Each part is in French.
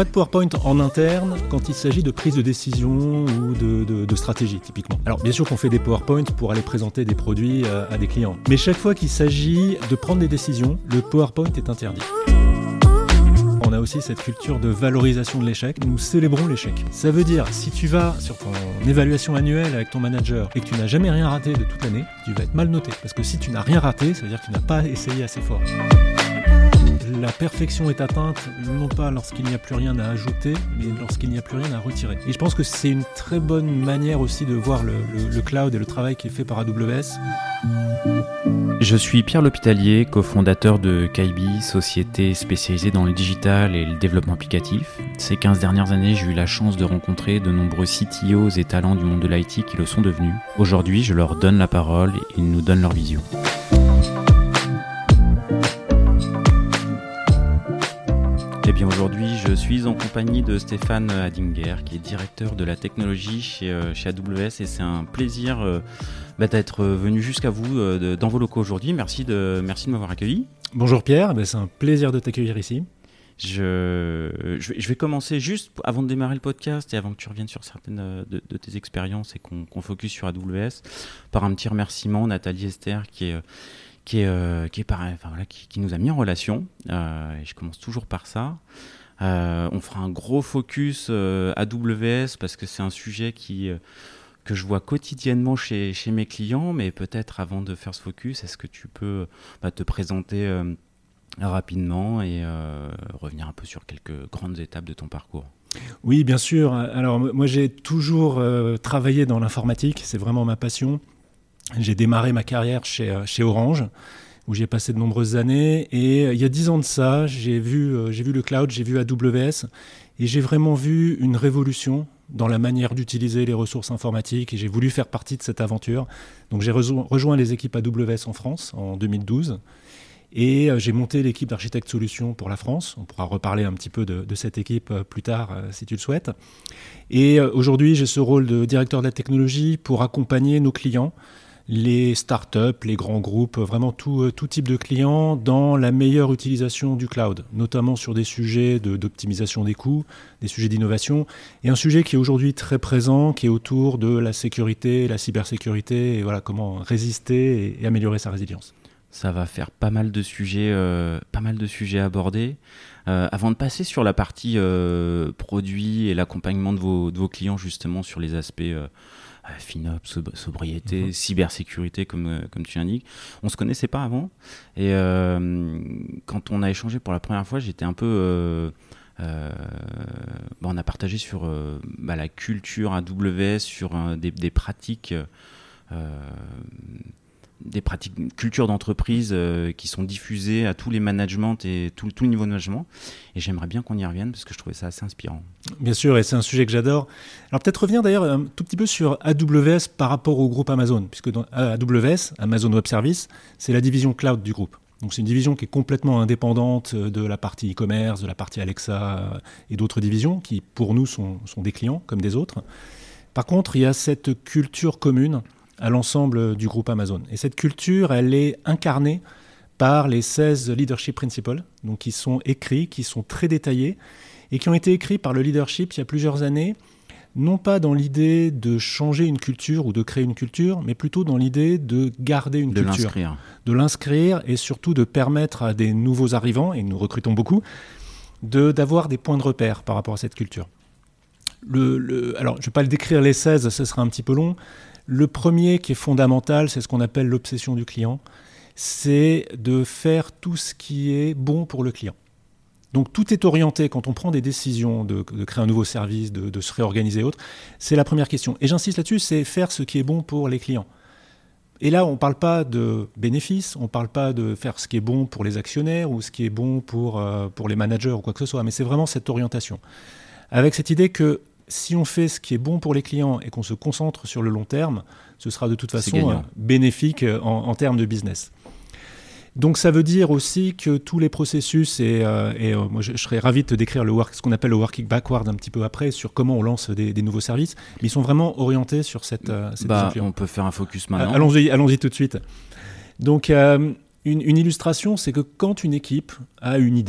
pas de PowerPoint en interne quand il s'agit de prise de décision ou de stratégie, typiquement. Alors, bien sûr qu'on fait des PowerPoint pour aller présenter des produits à des clients. Mais chaque fois qu'il s'agit de prendre des décisions, le PowerPoint est interdit. On a aussi cette culture de valorisation de l'échec. Nous célébrons l'échec. Ça veut dire, si tu vas sur ton évaluation annuelle avec ton manager et que tu n'as jamais rien raté de toute l'année, tu vas être mal noté. Parce que si tu n'as rien raté, ça veut dire que tu n'as pas essayé assez fort. La perfection est atteinte, non pas lorsqu'il n'y a plus rien à ajouter, mais lorsqu'il n'y a plus rien à retirer. Et je pense que c'est une très bonne manière aussi de voir le cloud et le travail qui est fait par AWS. Je suis Pierre L'Hôpitalier, cofondateur de Kaibi, société spécialisée dans le digital et le développement applicatif. Ces 15 dernières années, j'ai eu la chance de rencontrer de nombreux CTOs et talents du monde de l'IT qui le sont devenus. Aujourd'hui, je leur donne la parole et ils nous donnent leur vision. Eh bien aujourd'hui, je suis en compagnie de Stéphane Hadinger, qui est directeur de la technologie chez AWS, et c'est un plaisir d'être venu jusqu'à vous dans vos locaux aujourd'hui. Merci de m'avoir accueilli. Bonjour Pierre, c'est un plaisir de t'accueillir ici. Je vais commencer juste avant de démarrer le podcast et avant que tu reviennes sur certaines de tes expériences et qu'on focus sur AWS, par un petit remerciement, Nathalie Esther qui nous a mis en relation, et je commence toujours par ça. On fera un gros focus AWS parce que c'est un sujet que je vois quotidiennement chez mes clients, mais peut-être avant de faire ce focus, est-ce que tu peux te présenter rapidement et revenir un peu sur quelques grandes étapes de ton parcours? Oui, bien sûr. Alors moi j'ai toujours travaillé dans l'informatique, c'est vraiment ma passion. J'ai démarré ma carrière chez Orange, où j'ai passé de nombreuses années. Et il y a 10 ans de ça, j'ai vu le cloud, j'ai vu AWS, et j'ai vraiment vu une révolution dans la manière d'utiliser les ressources informatiques. Et j'ai voulu faire partie de cette aventure. Donc j'ai rejoint les équipes AWS en France en 2012. Et j'ai monté l'équipe d'architectes solutions pour la France. On pourra reparler un petit peu de cette équipe plus tard, si tu le souhaites. Et aujourd'hui, j'ai ce rôle de directeur de la technologie pour accompagner nos clients, les startups, les grands groupes, vraiment tout type de clients dans la meilleure utilisation du cloud, notamment sur des sujets d'optimisation des coûts, des sujets d'innovation, et un sujet qui est aujourd'hui très présent, qui est autour de la sécurité, la cybersécurité, et voilà, comment résister et améliorer sa résilience. Ça va faire pas mal de sujets abordés. Avant de passer sur la partie produit et l'accompagnement de vos clients justement sur les aspects FinOps, sobriété, cybersécurité comme tu indiques. On se connaissait pas avant et quand on a échangé pour la première fois, j'étais un peu on a partagé sur la culture AWS, sur des pratiques culture d'entreprise qui sont diffusées à tous les managements et tout le niveau de management. Et j'aimerais bien qu'on y revienne parce que je trouvais ça assez inspirant. Bien sûr, et c'est un sujet que j'adore. Alors peut-être revenir d'ailleurs un tout petit peu sur AWS par rapport au groupe Amazon, puisque dans AWS, Amazon Web Services, c'est la division cloud du groupe. Donc c'est une division qui est complètement indépendante de la partie e-commerce, de la partie Alexa et d'autres divisions qui pour nous sont des clients comme des autres. Par contre, il y a cette culture commune à l'ensemble du groupe Amazon. Et cette culture, elle est incarnée par les 16 Leadership Principles, donc qui sont écrits, qui sont très détaillés, et qui ont été écrits par le leadership il y a plusieurs années, non pas dans l'idée de changer une culture ou de créer une culture, mais plutôt dans l'idée de garder une culture. De l'inscrire et surtout de permettre à des nouveaux arrivants, et nous recrutons beaucoup, d'avoir des points de repère par rapport à cette culture. Alors, je ne vais pas le décrire les 16, ce sera un petit peu long. Le premier qui est fondamental, c'est ce qu'on appelle l'obsession du client. C'est de faire tout ce qui est bon pour le client. Donc tout est orienté, quand on prend des décisions de créer un nouveau service, de se réorganiser et autres, c'est la première question. Et j'insiste là-dessus, c'est faire ce qui est bon pour les clients. Et là, on ne parle pas de bénéfices, on ne parle pas de faire ce qui est bon pour les actionnaires ou ce qui est bon pour les managers ou quoi que ce soit, mais c'est vraiment cette orientation. Avec cette idée que si on fait ce qui est bon pour les clients et qu'on se concentre sur le long terme, ce sera de toute façon bénéfique en termes de business. Donc ça veut dire aussi que tous les processus, moi je serais ravi de te décrire ce qu'on appelle le working backward un petit peu après, sur comment on lance des nouveaux services, mais ils sont vraiment orientés sur cette vision. On peut faire un focus maintenant. Allons-y tout de suite. Donc une illustration, c'est que quand une équipe a une idée,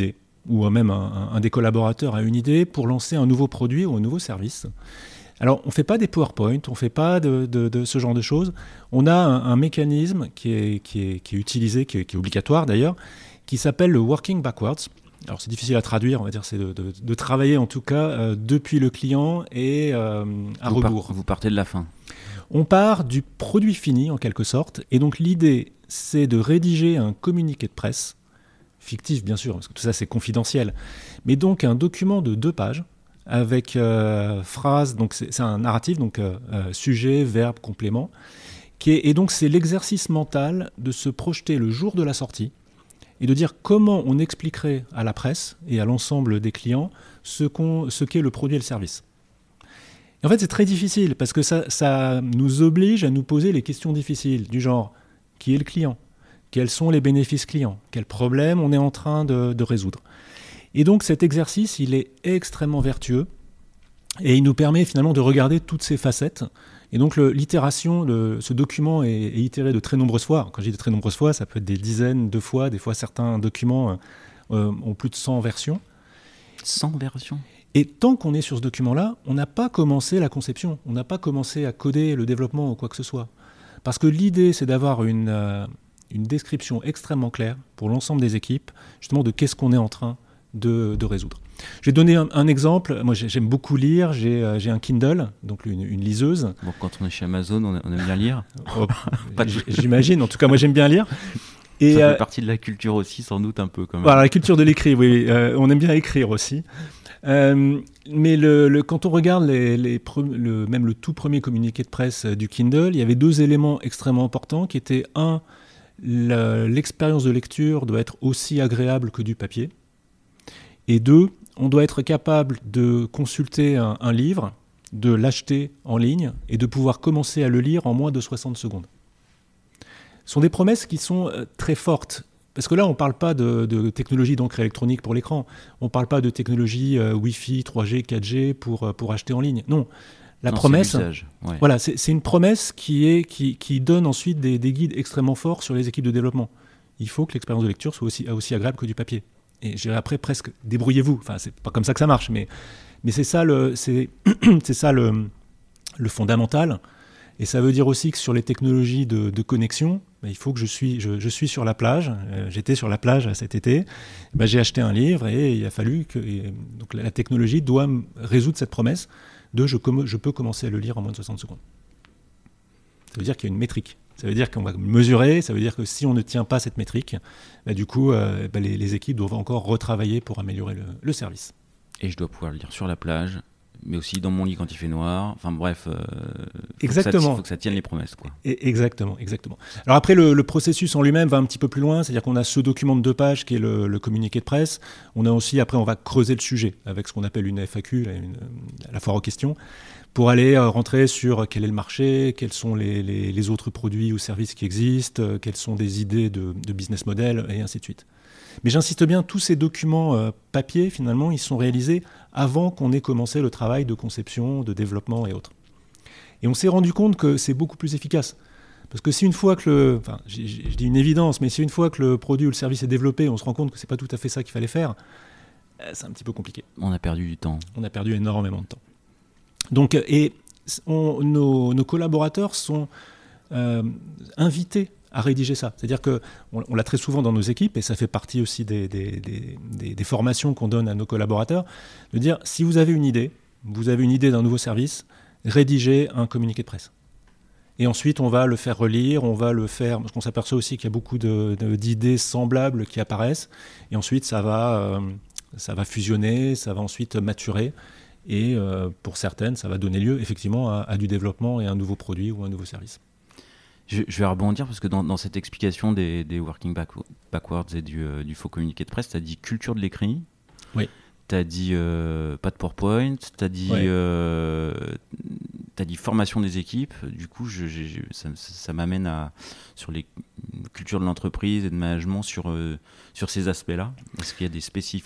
ou même un des collaborateurs a une idée pour lancer un nouveau produit ou un nouveau service. Alors, on ne fait pas des PowerPoint, on ne fait pas de ce genre de choses. On a un mécanisme qui est utilisé, qui est obligatoire d'ailleurs, qui s'appelle le working backwards. Alors, c'est difficile à traduire, on va dire, c'est de travailler en tout cas depuis le client et à rebours. Vous partez de la fin. On part du produit fini en quelque sorte, et donc l'idée, c'est de rédiger un communiqué de presse, fictif bien sûr, parce que tout ça c'est confidentiel, mais donc un document de 2 pages, avec phrases, donc c'est un narratif, donc sujet, verbe, complément, et donc c'est l'exercice mental de se projeter le jour de la sortie et de dire comment on expliquerait à la presse et à l'ensemble des clients ce qu'est le produit et le service. Et en fait c'est très difficile parce que ça nous oblige à nous poser les questions difficiles du genre qui est le client, quels sont les bénéfices clients, quels problèmes on est en train de résoudre. Et donc cet exercice, il est extrêmement vertueux et il nous permet finalement de regarder toutes ces facettes. Et donc l'itération, ce document est itéré de très nombreuses fois. Quand je dis de très nombreuses fois, ça peut être des dizaines de fois. Des fois, certains documents ont plus de 100 versions. 100 versions ? Et tant qu'on est sur ce document-là, on n'a pas commencé la conception. On n'a pas commencé à coder le développement ou quoi que ce soit. Parce que l'idée, c'est d'avoir une description extrêmement claire pour l'ensemble des équipes, justement de qu'est-ce qu'on est en train de résoudre. Je vais donner un exemple. Moi, j'aime beaucoup lire. J'ai un Kindle, donc une liseuse. Bon, quand on est chez Amazon, on aime bien lire. J'imagine. En tout cas, moi, j'aime bien lire. Et ça fait partie de la culture aussi, sans doute un peu quand même. Voilà, la culture de l'écrit, oui. On aime bien écrire aussi. Mais quand on regarde même le tout premier communiqué de presse du Kindle, il y avait 2 éléments extrêmement importants qui étaient l'expérience de lecture doit être aussi agréable que du papier. Et 2, on doit être capable de consulter un livre, de l'acheter en ligne et de pouvoir commencer à le lire en moins de 60 secondes. Ce sont des promesses qui sont très fortes. Parce que là, on ne parle pas de technologie d'encre électronique pour l'écran. On ne parle pas de technologie Wi-Fi, 3G, 4G pour acheter en ligne. Non, promesse, c'est l'usage. Ouais. Voilà, c'est une promesse qui donne ensuite des guides extrêmement forts sur les équipes de développement. Il faut que l'expérience de lecture soit aussi agréable que du papier. Et je dirais après presque débrouillez-vous. Enfin, c'est pas comme ça que ça marche, mais c'est ça c'est ça le fondamental. Et ça veut dire aussi que sur les technologies de connexion, il faut que je suis sur la plage. J'étais sur la plage cet été. J'ai acheté un livre et il a fallu que donc la technologie doit résoudre cette promesse de je peux commencer à le lire en moins de 60 secondes. Ça veut dire qu'il y a une métrique. Ça veut dire qu'on va mesurer, ça veut dire que si on ne tient pas cette métrique, du coup, les équipes doivent encore retravailler pour améliorer le service. Et je dois pouvoir le lire sur la plage, mais aussi dans mon lit quand il fait noir. Enfin bref, exactement. Il faut que ça tienne les promesses, quoi. Exactement. Alors après, le processus en lui-même va un petit peu plus loin, c'est-à-dire qu'on a ce document de 2 pages qui est le communiqué de presse. On a aussi, après, on va creuser le sujet avec ce qu'on appelle une FAQ, la foire aux questions, pour aller rentrer sur quel est le marché, quels sont les autres produits ou services qui existent, quelles sont des idées de business model, et ainsi de suite. Mais j'insiste bien, tous ces documents papier, finalement, ils sont réalisés avant qu'on ait commencé le travail de conception, de développement et autres. Et on s'est rendu compte que c'est beaucoup plus efficace. Parce que si une fois que je dis une évidence, mais si une fois que le produit ou le service est développé, on se rend compte que c'est pas tout à fait ça qu'il fallait faire, c'est un petit peu compliqué. On a perdu du temps. On a perdu énormément de temps. Donc, nos collaborateurs sont invités à rédiger ça. C'est-à-dire qu'on l'a très souvent dans nos équipes, et ça fait partie aussi des formations qu'on donne à nos collaborateurs, de dire, si vous avez une idée d'un nouveau service, rédigez un communiqué de presse. Et ensuite, on va le faire relire, on va le faire... Parce qu'on s'aperçoit aussi qu'il y a beaucoup d'idées semblables qui apparaissent, et ensuite, ça va fusionner, ça va ensuite maturer, et pour certaines, ça va donner lieu, effectivement, à du développement et à un nouveau produit ou un nouveau service. Je vais rebondir parce que dans cette explication des working backwards et du faux communiqué de presse, tu as dit culture de l'écrit, oui. Tu as dit pas de PowerPoint, tu as dit, t'as dit formation des équipes. Du coup, ça m'amène sur les cultures de l'entreprise et de management sur ces aspects-là. Est-ce qu'il y a des spécificités ?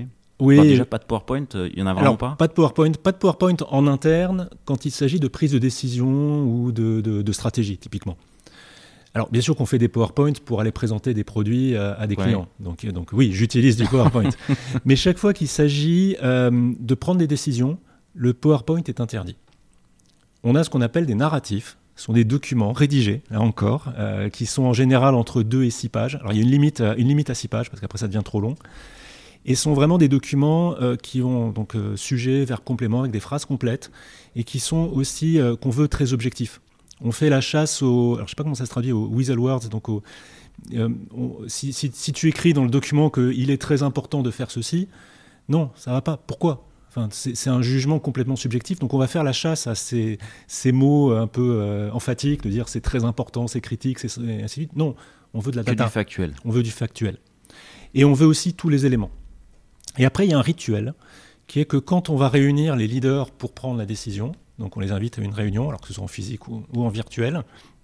Oui. Enfin, déjà, pas de PowerPoint, il n'y en a vraiment pas ? Pas de PowerPoint en interne quand il s'agit de prise de décision ou de stratégie, typiquement. Alors, bien sûr qu'on fait des PowerPoint pour aller présenter des produits à des clients. Donc oui, j'utilise du PowerPoint. Mais chaque fois qu'il s'agit de prendre des décisions, le PowerPoint est interdit. On a ce qu'on appelle des narratifs. Ce sont des documents rédigés, là encore, qui sont en général entre 2 et 6 pages. Alors, il y a une limite à 6 pages, parce qu'après, ça devient trop long. Et ce sont vraiment des documents qui ont donc sujet, verbe, complément, avec des phrases complètes, et qui sont aussi, qu'on veut, très objectifs. On fait la chasse aux... Alors, je ne sais pas comment ça se traduit, aux weasel words. Donc si tu écris dans le document qu'il est très important de faire ceci, non, ça ne va pas. Pourquoi ? Enfin, c'est un jugement complètement subjectif. Donc, on va faire la chasse à ces mots un peu emphatiques, de dire c'est très important, c'est critique, et ainsi de suite. Non, on veut de la data. Du factuel. On veut du factuel. Et on veut aussi tous les éléments. Et après, il y a un rituel qui est que quand on va réunir les leaders pour prendre la décision, donc on les invite à une réunion, alors que ce soit en physique ou en virtuel,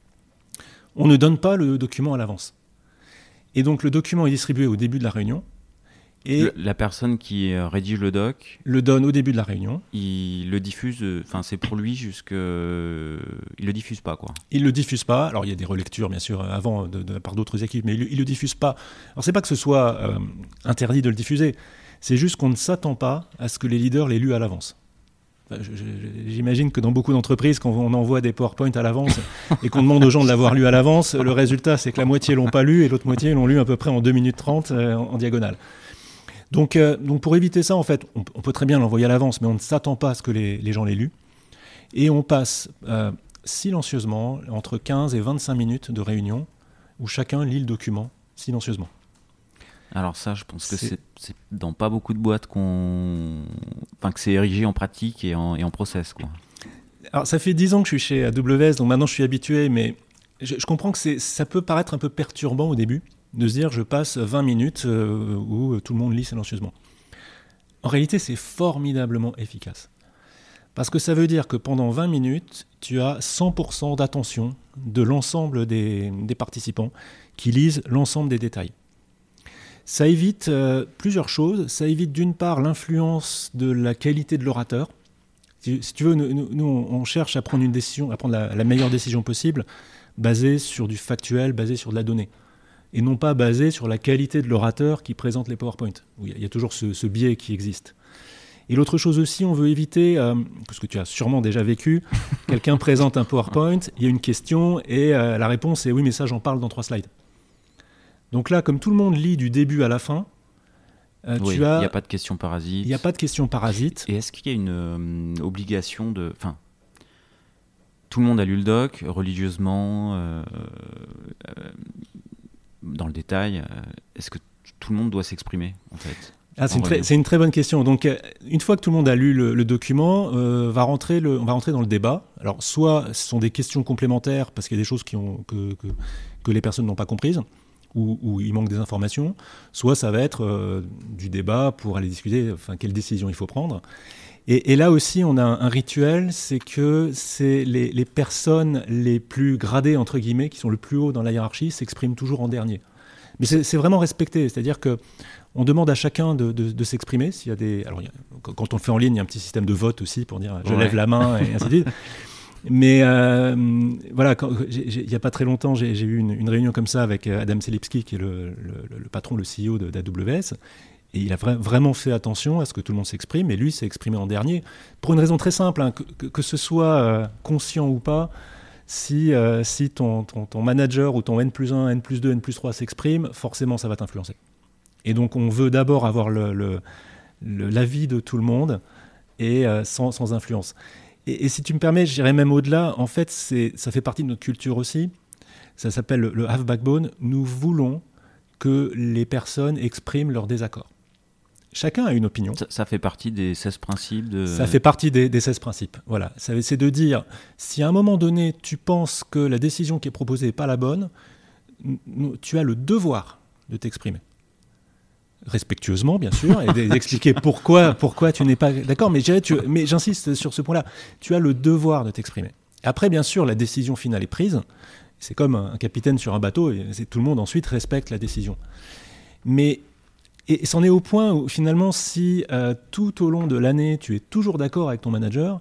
on ne donne pas le document à l'avance. Et donc le document est distribué au début de la réunion. Et la personne qui rédige le doc le donne au début de la réunion. Il le diffuse, c'est pour lui il le diffuse pas, quoi. Il le diffuse pas. Alors il y a des relectures bien sûr avant par d'autres équipes, mais il le diffuse pas. Alors c'est pas que ce soit interdit de le diffuser, c'est juste qu'on ne s'attend pas à ce que les leaders l'aient lu à l'avance. J'imagine que dans beaucoup d'entreprises, quand on envoie des PowerPoint à l'avance et qu'on demande aux gens de l'avoir lu à l'avance, le résultat c'est que la moitié l'ont pas lu et l'autre moitié l'ont lu à peu près en 2 minutes 30 en diagonale. Donc pour éviter ça, en fait, on peut très bien l'envoyer à l'avance, mais on ne s'attend pas à ce que les gens l'aient lu. Et on passe silencieusement entre 15 et 25 minutes de réunion où chacun lit le document silencieusement. Alors ça, je pense que c'est dans pas beaucoup de boîtes que c'est érigé en pratique et en process, quoi. Alors ça fait 10 ans que je suis chez AWS, donc maintenant je suis habitué, mais je comprends que ça peut paraître un peu perturbant au début, de se dire je passe 20 minutes où tout le monde lit silencieusement. En réalité, c'est formidablement efficace. Parce que ça veut dire que pendant 20 minutes, tu as 100% d'attention de l'ensemble des participants qui lisent l'ensemble des détails. Ça évite plusieurs choses. Ça évite d'une part l'influence de la qualité de l'orateur. Si tu veux, nous on cherche à prendre une décision, à prendre la meilleure décision possible, basée sur du factuel, basée sur de la donnée. Et non pas basée sur la qualité de l'orateur qui présente les PowerPoint. Il y a toujours ce biais qui existe. Et l'autre chose aussi, on veut éviter, parce que tu as sûrement déjà vécu, quelqu'un présente un PowerPoint, il y a une question et la réponse est « oui, mais ça, j'en parle dans 3 slides ». Donc là, comme tout le monde lit du début à la fin, il n'y a pas de questions parasites. Il n'y a pas de questions parasites. Et est-ce qu'il y a une obligation de... Enfin, tout le monde a lu le doc, religieusement, dans le détail. Est-ce que tout le monde doit s'exprimer, en fait ? C'est une très bonne question. Donc, une fois que tout le monde a lu le document, on va rentrer dans le débat. Alors, soit ce sont des questions complémentaires, parce qu'il y a des choses que les personnes n'ont pas comprises, où il manque des informations, soit ça va être du débat pour aller discuter, quelle décision il faut prendre. Et là aussi, on a un rituel, c'est que c'est les personnes les plus gradées, entre guillemets, qui sont le plus haut dans la hiérarchie, s'expriment toujours en dernier. Mais c'est vraiment respecté, c'est-à-dire qu'on demande à chacun de s'exprimer. S'il y a des... Alors, quand on le fait en ligne, il y a un petit système de vote aussi pour dire « je lève la main » et ainsi de suite. Mais voilà, il n'y a pas très longtemps, j'ai eu une réunion comme ça avec Adam Selipsky, qui est le patron, le CEO d'AWS. Et il a vraiment fait attention à ce que tout le monde s'exprime, et lui s'est exprimé en dernier, pour une raison très simple, que ce soit conscient ou pas, si ton manager ou ton N+1, N+2, N+3 s'exprime, forcément ça va t'influencer. Et donc on veut d'abord avoir l'avis de tout le monde, et sans influence. Et si tu me permets, j'irais même au-delà. En fait, ça fait partie de notre culture aussi. Ça s'appelle le half backbone. Nous voulons que les personnes expriment leur désaccord. Chacun a une opinion. Ça fait partie des 16 principes Ça fait partie des 16 principes. Voilà. C'est de dire, si à un moment donné, tu penses que la décision qui est proposée n'est pas la bonne, tu as le devoir de t'exprimer. Respectueusement, bien sûr, et d'expliquer pourquoi tu n'es pas d'accord. Mais j'insiste sur ce point-là. Tu as le devoir de t'exprimer. Après, bien sûr, la décision finale est prise. C'est comme un capitaine sur un bateau, et tout le monde ensuite respecte la décision. Mais et c'en est au point où, finalement, si tout au long de l'année, tu es toujours d'accord avec ton manager,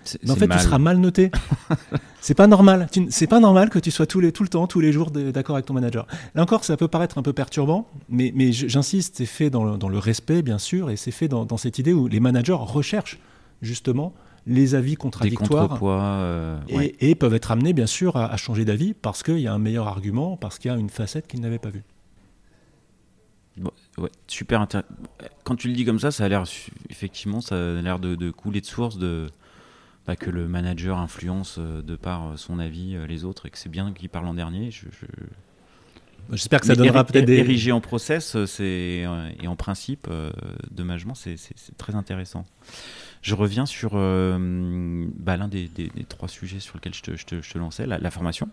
Mais en fait, tu seras mal noté. C'est pas normal. C'est pas normal que tu sois tout le temps, tous les jours d'accord avec ton manager. Là encore, ça peut paraître un peu perturbant, mais j'insiste, c'est fait dans le respect, bien sûr, et c'est fait dans cette idée où les managers recherchent justement les avis contradictoires. Des contrepoids, et peuvent être amenés, bien sûr, à changer d'avis parce qu'il y a un meilleur argument, parce qu'il y a une facette qu'ils n'avaient pas vue. Bon, ouais, super intéressant. Quand tu le dis comme ça a l'air effectivement, ça a l'air de couler de source que le manager influence de par son avis les autres et que c'est bien qu'il parle en dernier. J'espère que ça donnera peut-être des... Érigé en process et en principe, dommagement, c'est très intéressant. Je reviens sur l'un des 3 sujets sur lesquels je te lançais, la formation.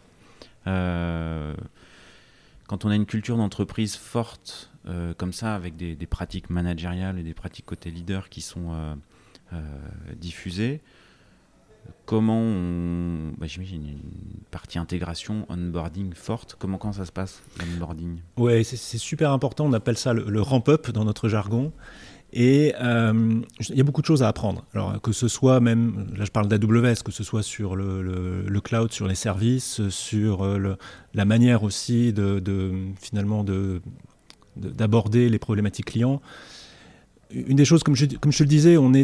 Quand on a une culture d'entreprise forte comme ça, avec des pratiques managériales et des pratiques côté leader qui sont diffusées, comment j'imagine une partie intégration, onboarding forte, comment ça se passe, l'onboarding? Ouais, c'est super important, on appelle ça le ramp-up dans notre jargon. Et il y a beaucoup de choses à apprendre. Alors que ce soit même, là je parle d'AWS, que ce soit sur le cloud, sur les services, sur la manière aussi finalement d'aborder les problématiques clients. Une des choses, comme je te le disais, on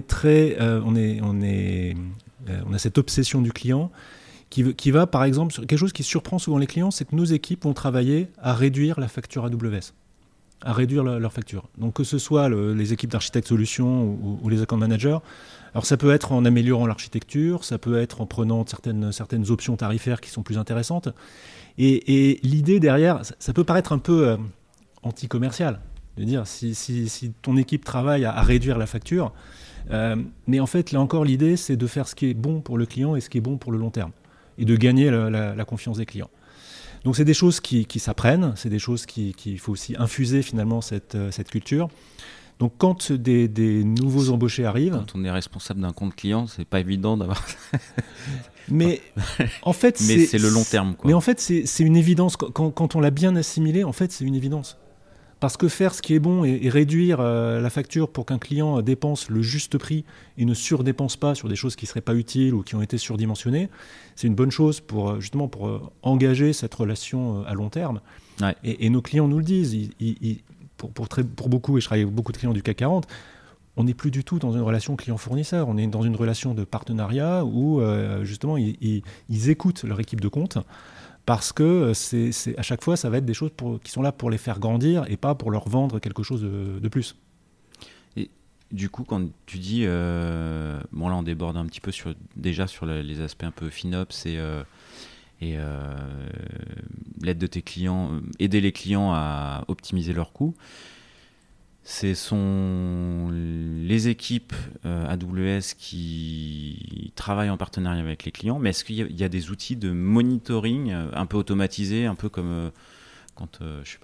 a cette obsession du client qui va, par exemple, sur quelque chose qui surprend souvent les clients, c'est que nos équipes vont travailler à réduire la facture AWS. À réduire leur facture. Donc que ce soit les équipes d'architectes solutions ou les account managers, alors ça peut être en améliorant l'architecture, ça peut être en prenant certaines options tarifaires qui sont plus intéressantes. Et l'idée derrière, ça peut paraître un peu anti-commercial, de dire si ton équipe travaille à réduire la facture, mais en fait là encore l'idée c'est de faire ce qui est bon pour le client et ce qui est bon pour le long terme, et de gagner la confiance des clients. Donc c'est des choses qui s'apprennent, c'est des choses qu'il faut aussi infuser finalement cette culture. Donc quand des nouveaux embauchés arrivent... Quand on est responsable d'un compte client, c'est pas évident d'avoir... Mais en fait... Mais c'est le long terme, quoi. Mais en fait c'est une évidence, quand on l'a bien assimilé, en fait c'est une évidence. Parce que faire ce qui est bon et réduire la facture pour qu'un client dépense le juste prix et ne surdépense pas sur des choses qui ne seraient pas utiles ou qui ont été surdimensionnées, c'est une bonne chose pour engager cette relation à long terme. Ouais. Et nos clients nous le disent. Pour beaucoup, et je travaille avec beaucoup de clients du CAC 40, on n'est plus du tout dans une relation client-fournisseur. On est dans une relation de partenariat où justement ils écoutent leur équipe de compte. Parce que à chaque fois, ça va être des choses qui sont là pour les faire grandir et pas pour leur vendre quelque chose de plus. Et du coup, quand tu dis... là, on déborde un petit peu sur les aspects un peu FinOps et l'aide de tes clients, aider les clients à optimiser leurs coûts. Ce sont les équipes AWS qui travaillent en partenariat avec les clients, mais est-ce qu'il y a des outils de monitoring un peu automatisés, un peu comme quand,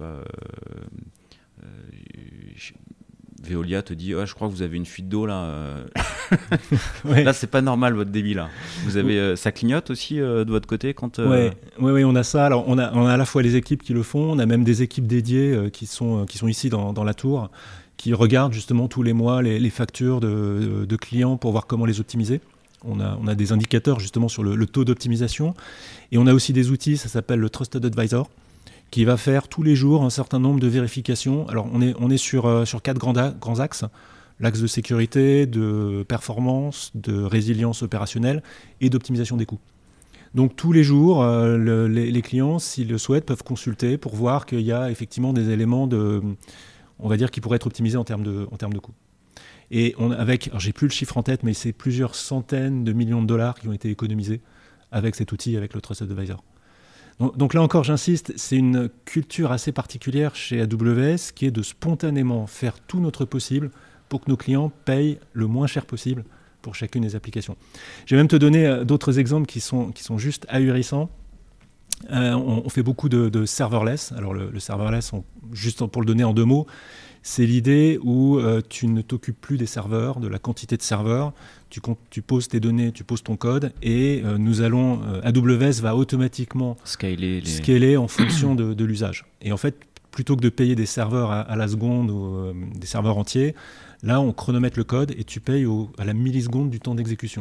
Veolia te dit je crois que vous avez une fuite d'eau là. Ouais. Là, c'est pas normal votre débit là. Vous avez ça clignote aussi de votre côté quand. Oui, on a ça. Alors on a à la fois les équipes qui le font, on a même des équipes dédiées qui sont ici dans la tour, qui regardent justement tous les mois les factures de clients pour voir comment les optimiser. On a des indicateurs justement sur le taux d'optimisation, et on a aussi des outils, ça s'appelle le Trusted Advisor, qui va faire tous les jours un certain nombre de vérifications. Alors on est sur 4 grands axes: l'axe de sécurité, de performance, de résilience opérationnelle et d'optimisation des coûts. Donc tous les jours, les clients, s'ils le souhaitent, peuvent consulter pour voir qu'il y a effectivement des éléments on va dire, qui pourraient être optimisés en termes de coûts. Et alors j'ai plus le chiffre en tête, mais c'est plusieurs centaines de millions de dollars qui ont été économisés avec cet outil, avec le Trusted Advisor. Donc là encore, j'insiste, c'est une culture assez particulière chez AWS qui est de spontanément faire tout notre possible pour que nos clients payent le moins cher possible pour chacune des applications. Je vais même te donner d'autres exemples qui sont juste ahurissants. On fait beaucoup de serverless. Alors le serverless, juste pour le donner en 2 mots, c'est l'idée où tu ne t'occupes plus des serveurs, de la quantité de serveurs. Tu poses tes données, tu poses ton code, et AWS va automatiquement scaler en fonction de l'usage. Et en fait, plutôt que de payer des serveurs à la seconde ou des serveurs entiers, là on chronomètre le code et tu payes à la milliseconde du temps d'exécution.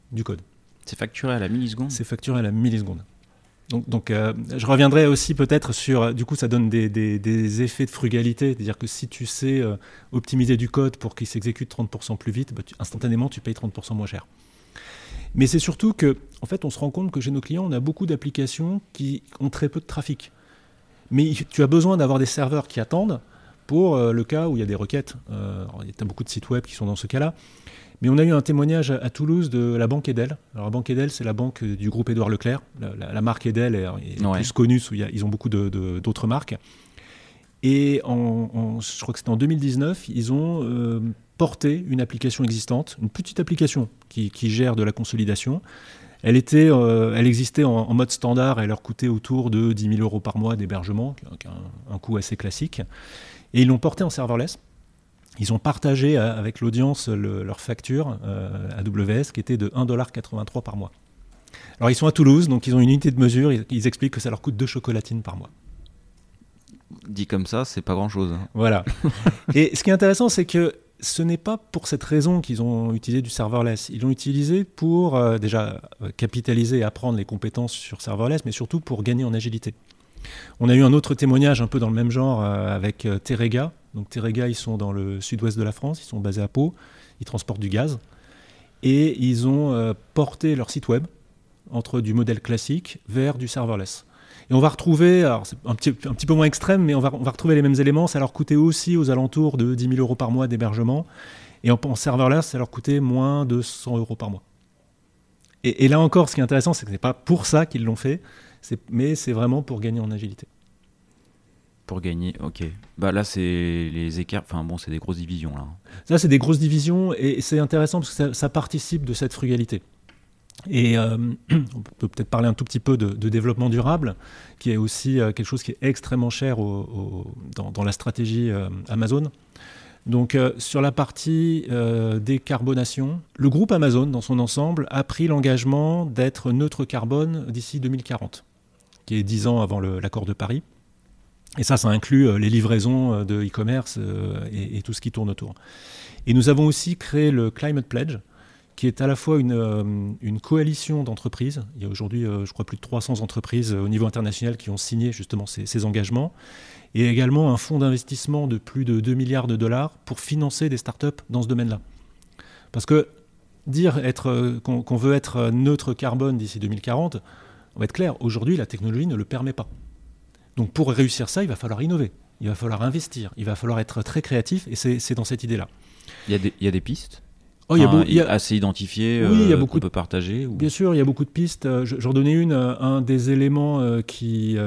du code. C'est facturé à la milliseconde. C'est facturé à la milliseconde. Donc je reviendrai aussi peut-être sur, du coup ça donne des effets de frugalité, c'est-à-dire que si tu sais optimiser du code pour qu'il s'exécute 30% plus vite, instantanément tu payes 30% moins cher. Mais c'est surtout que, en fait, on se rend compte que chez nos clients, on a beaucoup d'applications qui ont très peu de trafic. Mais tu as besoin d'avoir des serveurs qui attendent pour le cas où il y a des requêtes. Il y a beaucoup de sites web qui sont dans ce cas-là. Mais on a eu un témoignage à Toulouse de la banque Edel. Alors la banque Edel, c'est la banque du groupe Édouard Leclerc. La marque Edel est plus connue, ils ont beaucoup d'autres marques. Et je crois que c'était en 2019, ils ont porté une application existante, une petite application qui gère de la consolidation. Elle existait en mode standard, elle leur coûtait autour de 10 000 € par mois d'hébergement, qui est un coût assez classique. Et ils l'ont porté en serverless. Ils ont partagé avec l'audience leur facture AWS qui était de 1,83 $ par mois. Alors ils sont à Toulouse, donc ils ont une unité de mesure, ils expliquent que ça leur coûte 2 chocolatines par mois. Dit comme ça, c'est pas grand-chose. Voilà. Et ce qui est intéressant, c'est que ce n'est pas pour cette raison qu'ils ont utilisé du serverless. Ils l'ont utilisé pour déjà capitaliser et apprendre les compétences sur serverless, mais surtout pour gagner en agilité. On a eu un autre témoignage un peu dans le même genre avec Terega. Donc Terega, ils sont dans le sud-ouest de la France, ils sont basés à Pau, ils transportent du gaz. Et ils ont porté leur site web entre du modèle classique vers du serverless. Et on va retrouver, alors c'est un petit peu moins extrême, mais on va retrouver les mêmes éléments. Ça leur coûtait aussi aux alentours de 10 000 € par mois d'hébergement. Et en serverless, ça leur coûtait moins de 100 € par mois. Et là encore, ce qui est intéressant, c'est que ce n'est pas pour ça qu'ils l'ont fait, mais c'est vraiment pour gagner en agilité. Pour gagner, ok. Bah là, c'est les écarts, enfin bon, c'est des grosses divisions là. Ça, c'est des grosses divisions et c'est intéressant parce que ça participe de cette frugalité. Et on peut peut-être parler un tout petit peu de développement durable, qui est aussi quelque chose qui est extrêmement cher dans la stratégie Amazon. Donc sur la partie décarbonation, le groupe Amazon, dans son ensemble, a pris l'engagement d'être neutre carbone d'ici 2040, qui est 10 ans avant l'accord de Paris. Et ça inclut les livraisons de e-commerce et tout ce qui tourne autour. Et nous avons aussi créé le Climate Pledge, qui est à la fois une coalition d'entreprises. Il y a aujourd'hui, je crois, plus de 300 entreprises au niveau international qui ont signé justement ces engagements. Et également un fonds d'investissement de plus de 2 milliards de dollars pour financer des startups dans ce domaine-là. Parce que dire qu'on veut être neutre carbone d'ici 2040, on va être clair, aujourd'hui, la technologie ne le permet pas. Donc pour réussir ça, il va falloir innover, il va falloir investir, il va falloir être très créatif, et c'est dans cette idée-là. Il y a des pistes assez identifiées, oui, il y a beaucoup qu'on peut partager Bien sûr, il y a beaucoup de pistes. J'en donnais un des éléments qui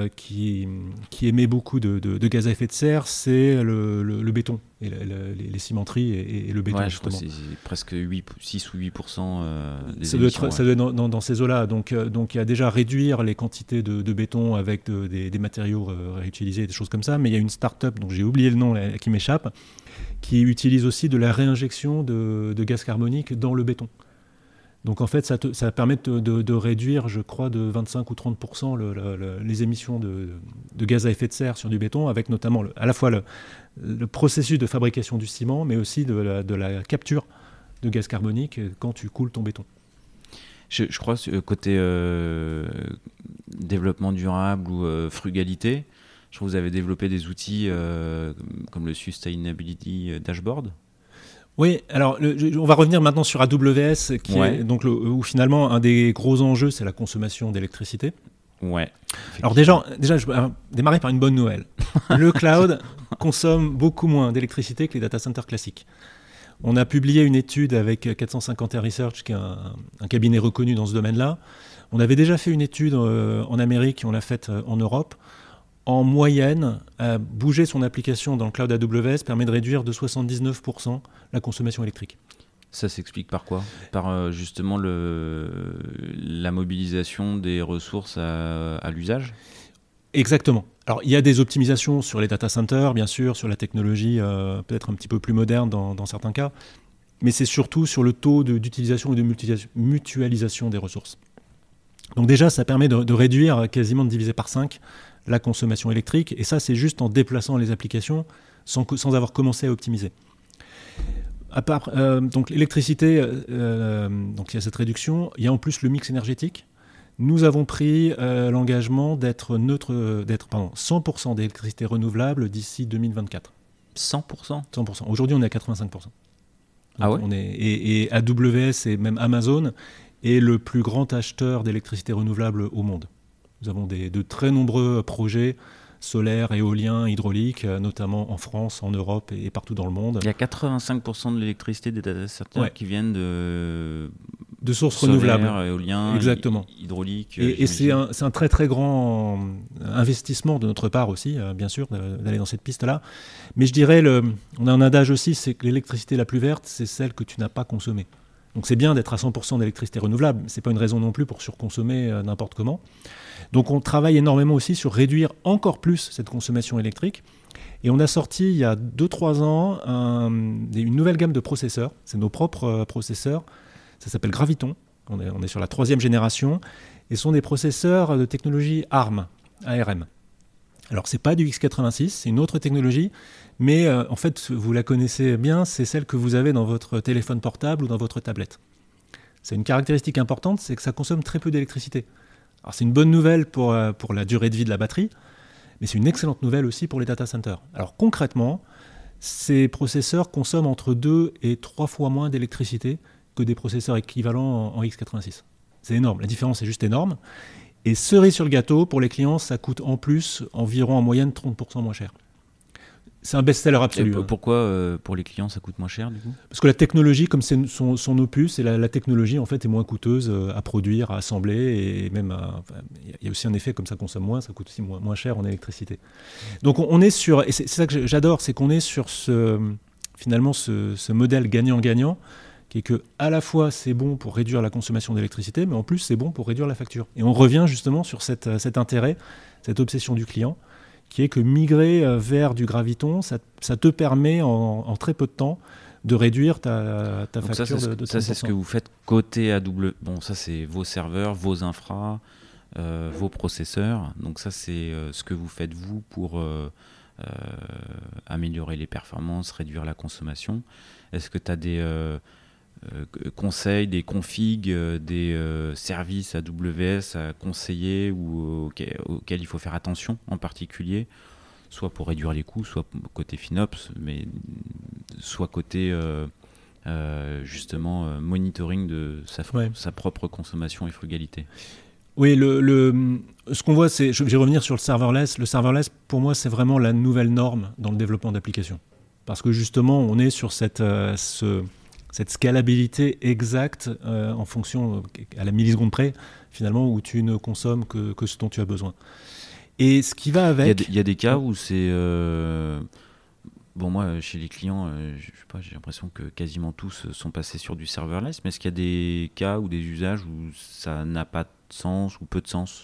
émet beaucoup de gaz à effet de serre, c'est le béton, et les cimenteries et le béton. Ouais, je crois que c'est presque 6 ou 8% des ça émissions. Ça doit être dans ces eaux-là. Donc il y a déjà réduire les quantités de béton avec des matériaux réutilisés, des choses comme ça. Mais il y a une start-up dont j'ai oublié le nom qui m'échappe, qui utilise aussi de la réinjection de gaz carbonique dans le béton. Donc en fait, ça permet de réduire, je crois, de 25 ou 30% les émissions de gaz à effet de serre sur du béton, avec notamment à la fois le processus de fabrication du ciment, mais aussi de la capture de gaz carbonique quand tu coules ton béton. Je crois côté développement durable ou frugalité, je crois que vous avez développé des outils comme le Sustainability Dashboard. Oui, alors on va revenir maintenant sur AWS, est donc où finalement un des gros enjeux, c'est la consommation d'électricité. Ouais. Alors déjà, je vais démarrer par une bonne nouvelle. Le cloud consomme beaucoup moins d'électricité que les data centers classiques. On a publié une étude avec 450 Research, qui est un cabinet reconnu dans ce domaine-là. On avait déjà fait une étude en Amérique, on l'a faite en Europe. En moyenne, bouger son application dans le cloud AWS permet de réduire de 79% la consommation électrique. Ça s'explique par quoi ? Par justement la mobilisation des ressources à l'usage ? Exactement. Alors, il y a des optimisations sur les data centers, bien sûr, sur la technologie peut-être un petit peu plus moderne dans certains cas, mais c'est surtout sur le taux d'utilisation et de mutualisation des ressources. Donc déjà, ça permet de réduire, quasiment de diviser par 5 la consommation électrique, et ça, c'est juste en déplaçant les applications sans avoir commencé à optimiser. Donc l'électricité, donc il y a cette réduction. Il y a en plus le mix énergétique. Nous avons pris l'engagement d'être 100% d'électricité renouvelable d'ici 2024. 100%. 100%. Aujourd'hui, on est à 85%. Donc ah ouais. Et AWS et même Amazon est le plus grand acheteur d'électricité renouvelable au monde. Nous avons de très nombreux projets solaires, éoliens, hydrauliques, notamment en France, en Europe et partout dans le monde. Il y a 85% de l'électricité des data centers qui viennent de sources solaires, renouvelables. Éoliens, exactement. Hydrauliques. Et c'est un très très grand investissement de notre part aussi, bien sûr, d'aller dans cette piste-là. Mais je dirais, on a un adage aussi, c'est que l'électricité la plus verte, c'est celle que tu n'as pas consommée. Donc c'est bien d'être à 100% d'électricité renouvelable, mais ce n'est pas une raison non plus pour surconsommer n'importe comment. Donc on travaille énormément aussi sur réduire encore plus cette consommation électrique. Et on a sorti il y a 2-3 ans une nouvelle gamme de processeurs. C'est nos propres processeurs. Ça s'appelle Graviton. On est sur la 3e génération. Et ce sont des processeurs de technologie ARM. Alors c'est pas du x86, c'est une autre technologie. Mais en fait, vous la connaissez bien, c'est celle que vous avez dans votre téléphone portable ou dans votre tablette. C'est une caractéristique importante, c'est que ça consomme très peu d'électricité. Alors c'est une bonne nouvelle pour la durée de vie de la batterie, mais c'est une excellente nouvelle aussi pour les data centers. Alors concrètement, ces processeurs consomment entre 2 et 3 fois moins d'électricité que des processeurs équivalents en x86. C'est énorme, la différence est juste énorme. Et cerise sur le gâteau, pour les clients, ça coûte en plus environ en moyenne 30% moins cher. C'est un best-seller absolu. Et pourquoi pour les clients ça coûte moins cher du coup ? Parce que la technologie, comme c'est son opus, et la technologie en fait est moins coûteuse à produire, à assembler, et même il y a aussi un effet comme ça consomme moins, ça coûte aussi moins cher en électricité. Donc on est sur, et c'est ça que j'adore, c'est qu'on est sur ce modèle gagnant-gagnant, qui est que à la fois c'est bon pour réduire la consommation d'électricité, mais en plus c'est bon pour réduire la facture. Et on revient justement sur cet intérêt, cette obsession du client, qui est que migrer vers du graviton, ça te permet en très peu de temps de réduire ta facture de 30%. Ça, c'est ce que vous faites côté AWS. Bon, ça, c'est vos serveurs, vos infras, vos processeurs. Donc ça, c'est ce que vous faites, vous, pour améliorer les performances, réduire la consommation. Est-ce que tu as des conseils, des configs, des services AWS à conseiller ou auxquels il faut faire attention en particulier, soit pour réduire les coûts, soit côté FinOps, mais soit côté justement monitoring de sa propre consommation et frugalité. Oui, ce qu'on voit, je vais revenir sur le serverless. Le serverless, pour moi, c'est vraiment la nouvelle norme dans le développement d'applications. Parce que justement, on est sur cette scalabilité exacte en fonction, à la milliseconde près, finalement, où tu ne consommes que ce dont tu as besoin. Et ce qui va avec... Il y a des cas où c'est... Bon, moi, chez les clients, je sais pas, j'ai l'impression que quasiment tous sont passés sur du serverless, mais est-ce qu'il y a des cas ou des usages où ça n'a pas de sens ou peu de sens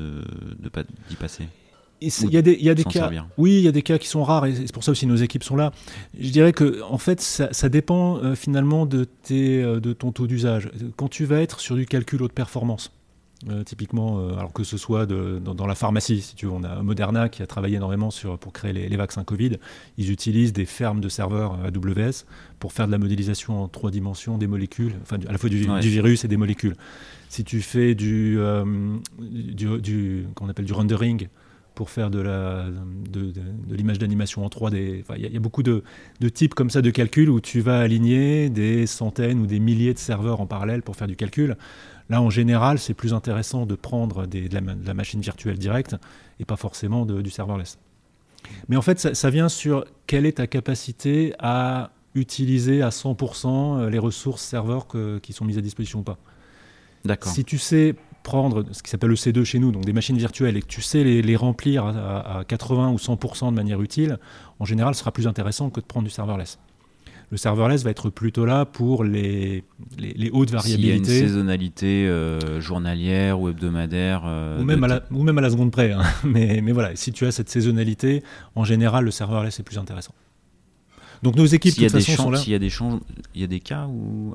d'y passer ? Il y a des cas, oui, il y a des cas qui sont rares et c'est pour ça aussi nos équipes sont là. Je dirais que en fait, ça dépend finalement de ton taux d'usage. Quand tu vas être sur du calcul haute performance, typiquement, alors que ce soit dans la pharmacie, si tu veux, on a Moderna qui a travaillé énormément pour créer les vaccins Covid. Ils utilisent des fermes de serveurs AWS pour faire de la modélisation en 3 dimensions des molécules, enfin à la fois du virus et des molécules. Si tu fais qu'on appelle du rendering, pour faire de l'image d'animation en 3D. Enfin, y a beaucoup de types comme ça de calculs où tu vas aligner des centaines ou des milliers de serveurs en parallèle pour faire du calcul. Là, en général, c'est plus intéressant de prendre de la machine virtuelle directe et pas forcément du serverless. Mais en fait, ça vient sur quelle est ta capacité à utiliser à 100% les ressources serveurs qui sont mises à disposition ou pas. D'accord. Si tu sais prendre ce qui s'appelle le C2 chez nous, donc des machines virtuelles, et que tu sais les remplir à 80 ou 100% de manière utile, en général, ce sera plus intéressant que de prendre du serverless. Le serverless va être plutôt là pour les hautes variabilités. S'il y a une saisonnalité journalière ou hebdomadaire. Ou même à la seconde près. Hein. Mais voilà, si tu as cette saisonnalité, en général, le serverless est plus intéressant. Donc nos équipes, de toute façon, sont là. Il y a des cas où...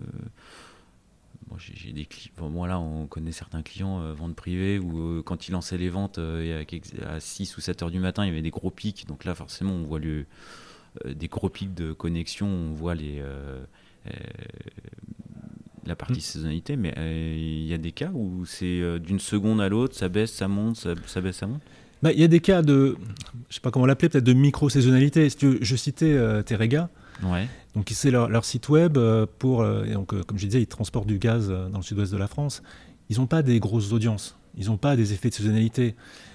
j'ai des clients. Moi là, on connaît certains clients ventes privées où quand ils lançaient les ventes à 6 ou 7 heures du matin, il y avait des gros pics. Donc là, forcément, on voit des gros pics de connexion, on voit la partie saisonnalité, mais il y a des cas où c'est d'une seconde à l'autre, ça baisse, ça monte, ça baisse, ça monte. Il y a des cas de, je sais pas comment l'appeler, peut-être de micro-saisonnalité. Si tu veux, je citais Terega. Ouais. Donc c'est leur site web comme je disais, ils transportent du gaz dans le sud-ouest de la France. Ils n'ont pas des grosses audiences, ils n'ont pas des effets de saisonnalité,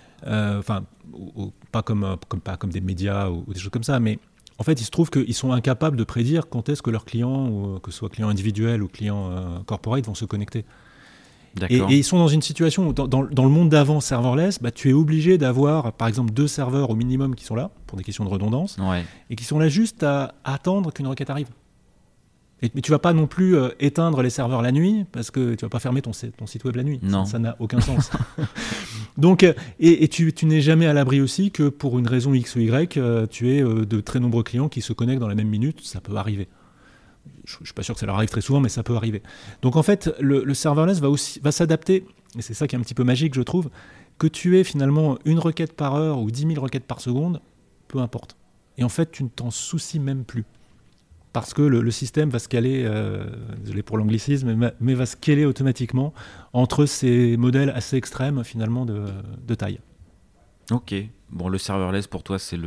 pas comme des médias ou des choses comme ça, mais en fait, il se trouve qu'ils sont incapables de prédire quand est-ce que leurs clients, ou que ce soit clients individuels ou clients corporate, vont se connecter. Et ils sont dans une situation où, dans le monde d'avant serverless, tu es obligé d'avoir, par exemple, 2 serveurs au minimum qui sont là, pour des questions de redondance, et qui sont là juste à attendre qu'une requête arrive. Mais tu ne vas pas non plus éteindre les serveurs la nuit, parce que tu ne vas pas fermer ton site web la nuit. Non. Ça n'a aucun sens. Donc, et tu n'es jamais à l'abri aussi que pour une raison X ou Y, tu aies de très nombreux clients qui se connectent dans la même minute. Ça peut arriver. Je ne suis pas sûr que ça leur arrive très souvent, mais ça peut arriver. Donc en fait, le serverless va s'adapter, et c'est ça qui est un petit peu magique, je trouve, que tu aies finalement une requête par heure ou 10 000 requêtes par seconde, peu importe. Et en fait, tu ne t'en soucies même plus. Parce que le système va se caler, désolé pour l'anglicisme, mais va se caler automatiquement entre ces modèles assez extrêmes finalement de taille. Ok. Bon, le serverless pour toi, c'est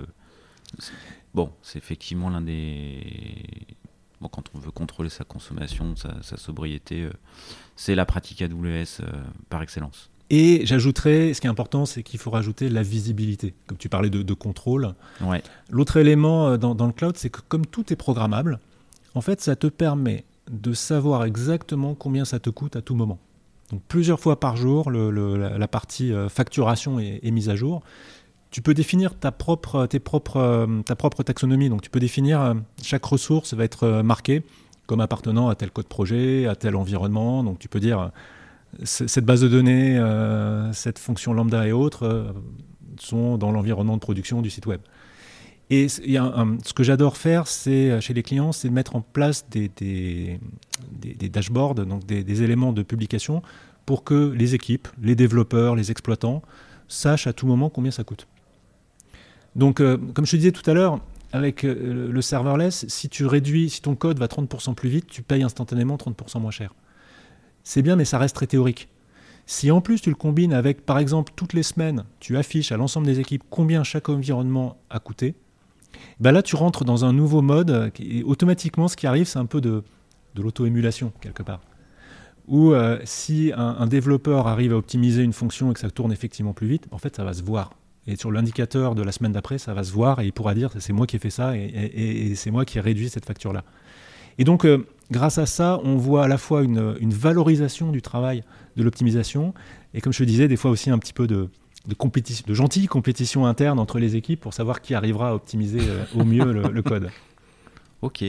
effectivement l'un des... Bon, quand on veut contrôler sa consommation, sa sobriété, c'est la pratique AWS par excellence. Et j'ajouterais, ce qui est important, c'est qu'il faut rajouter la visibilité. Comme tu parlais de contrôle. Ouais. L'autre élément dans le cloud, c'est que comme tout est programmable, en fait, ça te permet de savoir exactement combien ça te coûte à tout moment. Donc plusieurs fois par jour, la partie facturation est mise à jour. Tu peux définir ta propre taxonomie. Donc tu peux définir, chaque ressource va être marquée comme appartenant à tel code projet, à tel environnement. Donc tu peux dire... Cette base de données, cette fonction lambda et autres sont dans l'environnement de production du site web. Et ce que j'adore faire, chez les clients, c'est de mettre en place des dashboards, donc des éléments de publication pour que les équipes, les développeurs, les exploitants sachent à tout moment combien ça coûte. Donc, comme je te disais tout à l'heure, avec le serverless, si ton code va 30% plus vite, tu payes instantanément 30% moins cher. C'est bien, mais ça reste très théorique. Si en plus tu le combines avec, par exemple, toutes les semaines, tu affiches à l'ensemble des équipes combien chaque environnement a coûté, là tu rentres dans un nouveau mode et automatiquement ce qui arrive, c'est un peu de l'auto-émulation quelque part. Où si un développeur arrive à optimiser une fonction et que ça tourne effectivement plus vite, en fait ça va se voir. Et sur l'indicateur de la semaine d'après, ça va se voir et il pourra dire c'est moi qui ai fait ça et c'est moi qui ai réduit cette facture-là. Et donc, grâce à ça, on voit à la fois une valorisation du travail de l'optimisation et, comme je te disais, des fois aussi un petit peu de gentille compétition interne entre les équipes pour savoir qui arrivera à optimiser au mieux le code. Ok.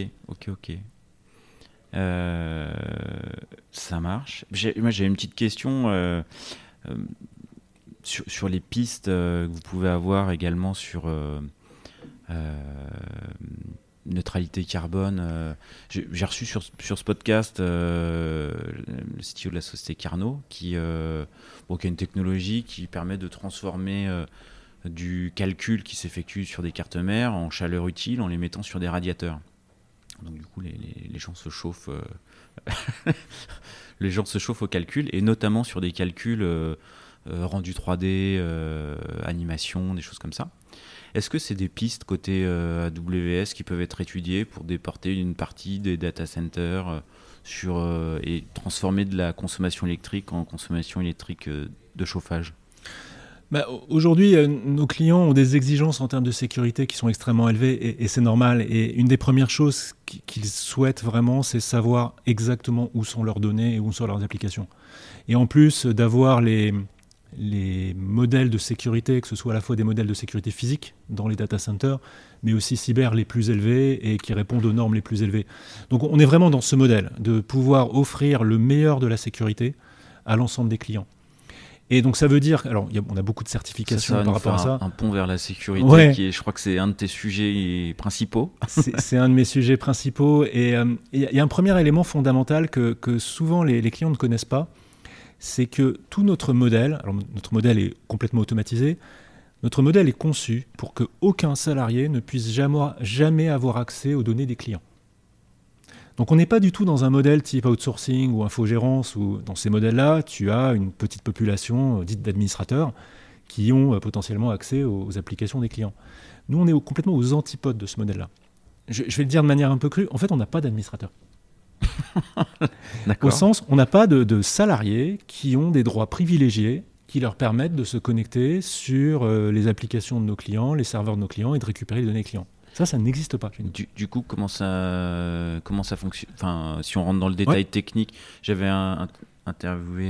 Ça marche. Moi, j'ai une petite question sur les pistes que vous pouvez avoir également sur... neutralité carbone. J'ai reçu sur ce podcast le CTO de la société Carnot qui a une technologie qui permet de transformer du calcul qui s'effectue sur des cartes mères en chaleur utile en les mettant sur des radiateurs. Donc du coup les gens se chauffent les gens se chauffent au calcul et notamment sur des calculs rendus 3D, animation, des choses comme ça. Est-ce que c'est des pistes côté AWS qui peuvent être étudiées pour déporter une partie des data centers et transformer de la consommation électrique en consommation électrique de chauffage ? Aujourd'hui, nos clients ont des exigences en termes de sécurité qui sont extrêmement élevées et c'est normal. Et une des premières choses qu'ils souhaitent vraiment, c'est savoir exactement où sont leurs données et où sont leurs applications. Et en plus d'avoir les modèles de sécurité, que ce soit à la fois des modèles de sécurité physique dans les data centers, mais aussi cyber les plus élevés et qui répondent aux normes les plus élevées. Donc on est vraiment dans ce modèle de pouvoir offrir le meilleur de la sécurité à l'ensemble des clients. Et donc ça veut dire, alors on a beaucoup de certifications par rapport à ça. Un pont vers la sécurité, qui est, je crois que c'est un de tes sujets principaux. C'est un de mes sujets principaux. Et il y a un premier élément fondamental que souvent les clients ne connaissent pas, c'est que tout notre modèle est complètement automatisé. Notre modèle est conçu pour qu'aucun salarié ne puisse jamais avoir accès aux données des clients. Donc on n'est pas du tout dans un modèle type outsourcing ou infogérance, où dans ces modèles-là, tu as une petite population dite d'administrateurs qui ont potentiellement accès aux applications des clients. Nous, on est complètement aux antipodes de ce modèle-là. Je vais le dire de manière un peu crue, en fait, on n'a pas d'administrateurs. Au sens, on n'a pas de salariés qui ont des droits privilégiés qui leur permettent de se connecter sur les applications de nos clients, les serveurs de nos clients et de récupérer les données clients. Ça n'existe pas chez nous. Du coup, comment ça fonctionne ? Enfin, si on rentre dans le détail technique, j'avais interviewé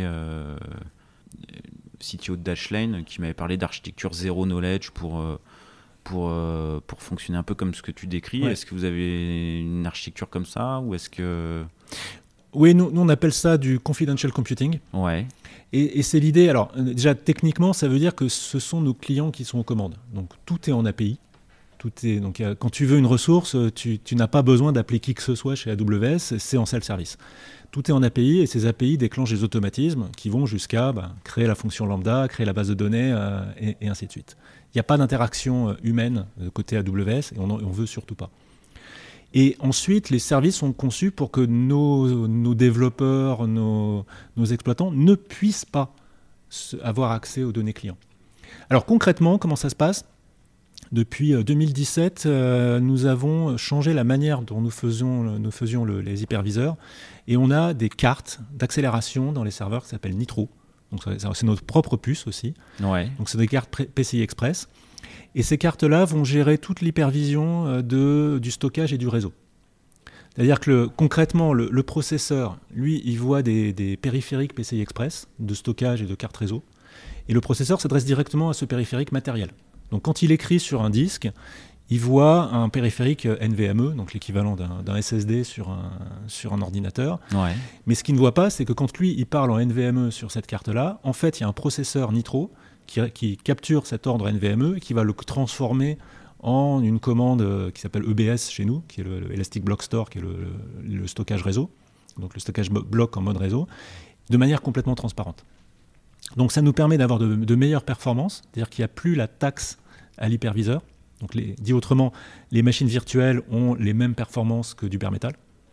CTO de Dashlane qui m'avait parlé d'architecture zero knowledge pour fonctionner un peu comme ce que tu décris. Ouais. Est-ce que vous avez une architecture comme ça ou est-ce que... Oui, nous on appelle ça du confidential computing. Ouais. Et c'est l'idée. Alors déjà techniquement, ça veut dire que ce sont nos clients qui sont aux commandes. Donc tout est en API. Donc, quand tu veux une ressource, tu n'as pas besoin d'appeler qui que ce soit chez AWS, c'est en self-service. Tout est en API et ces API déclenchent des automatismes qui vont jusqu'à créer la fonction lambda, créer la base de données et ainsi de suite. Il n'y a pas d'interaction humaine côté AWS et on veut surtout pas. Et ensuite, les services sont conçus pour que nos développeurs, nos exploitants ne puissent pas avoir accès aux données clients. Alors concrètement, comment ça se passe ? Depuis 2017, nous avons changé la manière dont nous faisions les hyperviseurs et on a des cartes d'accélération dans les serveurs qui s'appellent Nitro. Donc c'est notre propre puce aussi. Ouais. Donc c'est des cartes PCI Express. Et ces cartes-là vont gérer toute l'hypervision du stockage et du réseau. C'est-à-dire que concrètement, le processeur, lui, il voit des périphériques PCI Express de stockage et de carte réseau. Et le processeur s'adresse directement à ce périphérique matériel. Donc quand il écrit sur un disque, il voit un périphérique NVMe, donc l'équivalent d'un SSD sur un ordinateur. Ouais. Mais ce qu'il ne voit pas, c'est que quand lui, il parle en NVMe sur cette carte-là, en fait, il y a un processeur Nitro qui capture cet ordre NVMe et qui va le transformer en une commande qui s'appelle EBS chez nous, qui est le Elastic Block Store, qui est le stockage réseau, donc le stockage bloc en mode réseau, de manière complètement transparente. Donc ça nous permet d'avoir de meilleures performances, c'est-à-dire qu'il n'y a plus la taxe à l'hyperviseur. Donc dit autrement, les machines virtuelles ont les mêmes performances que du bare metal.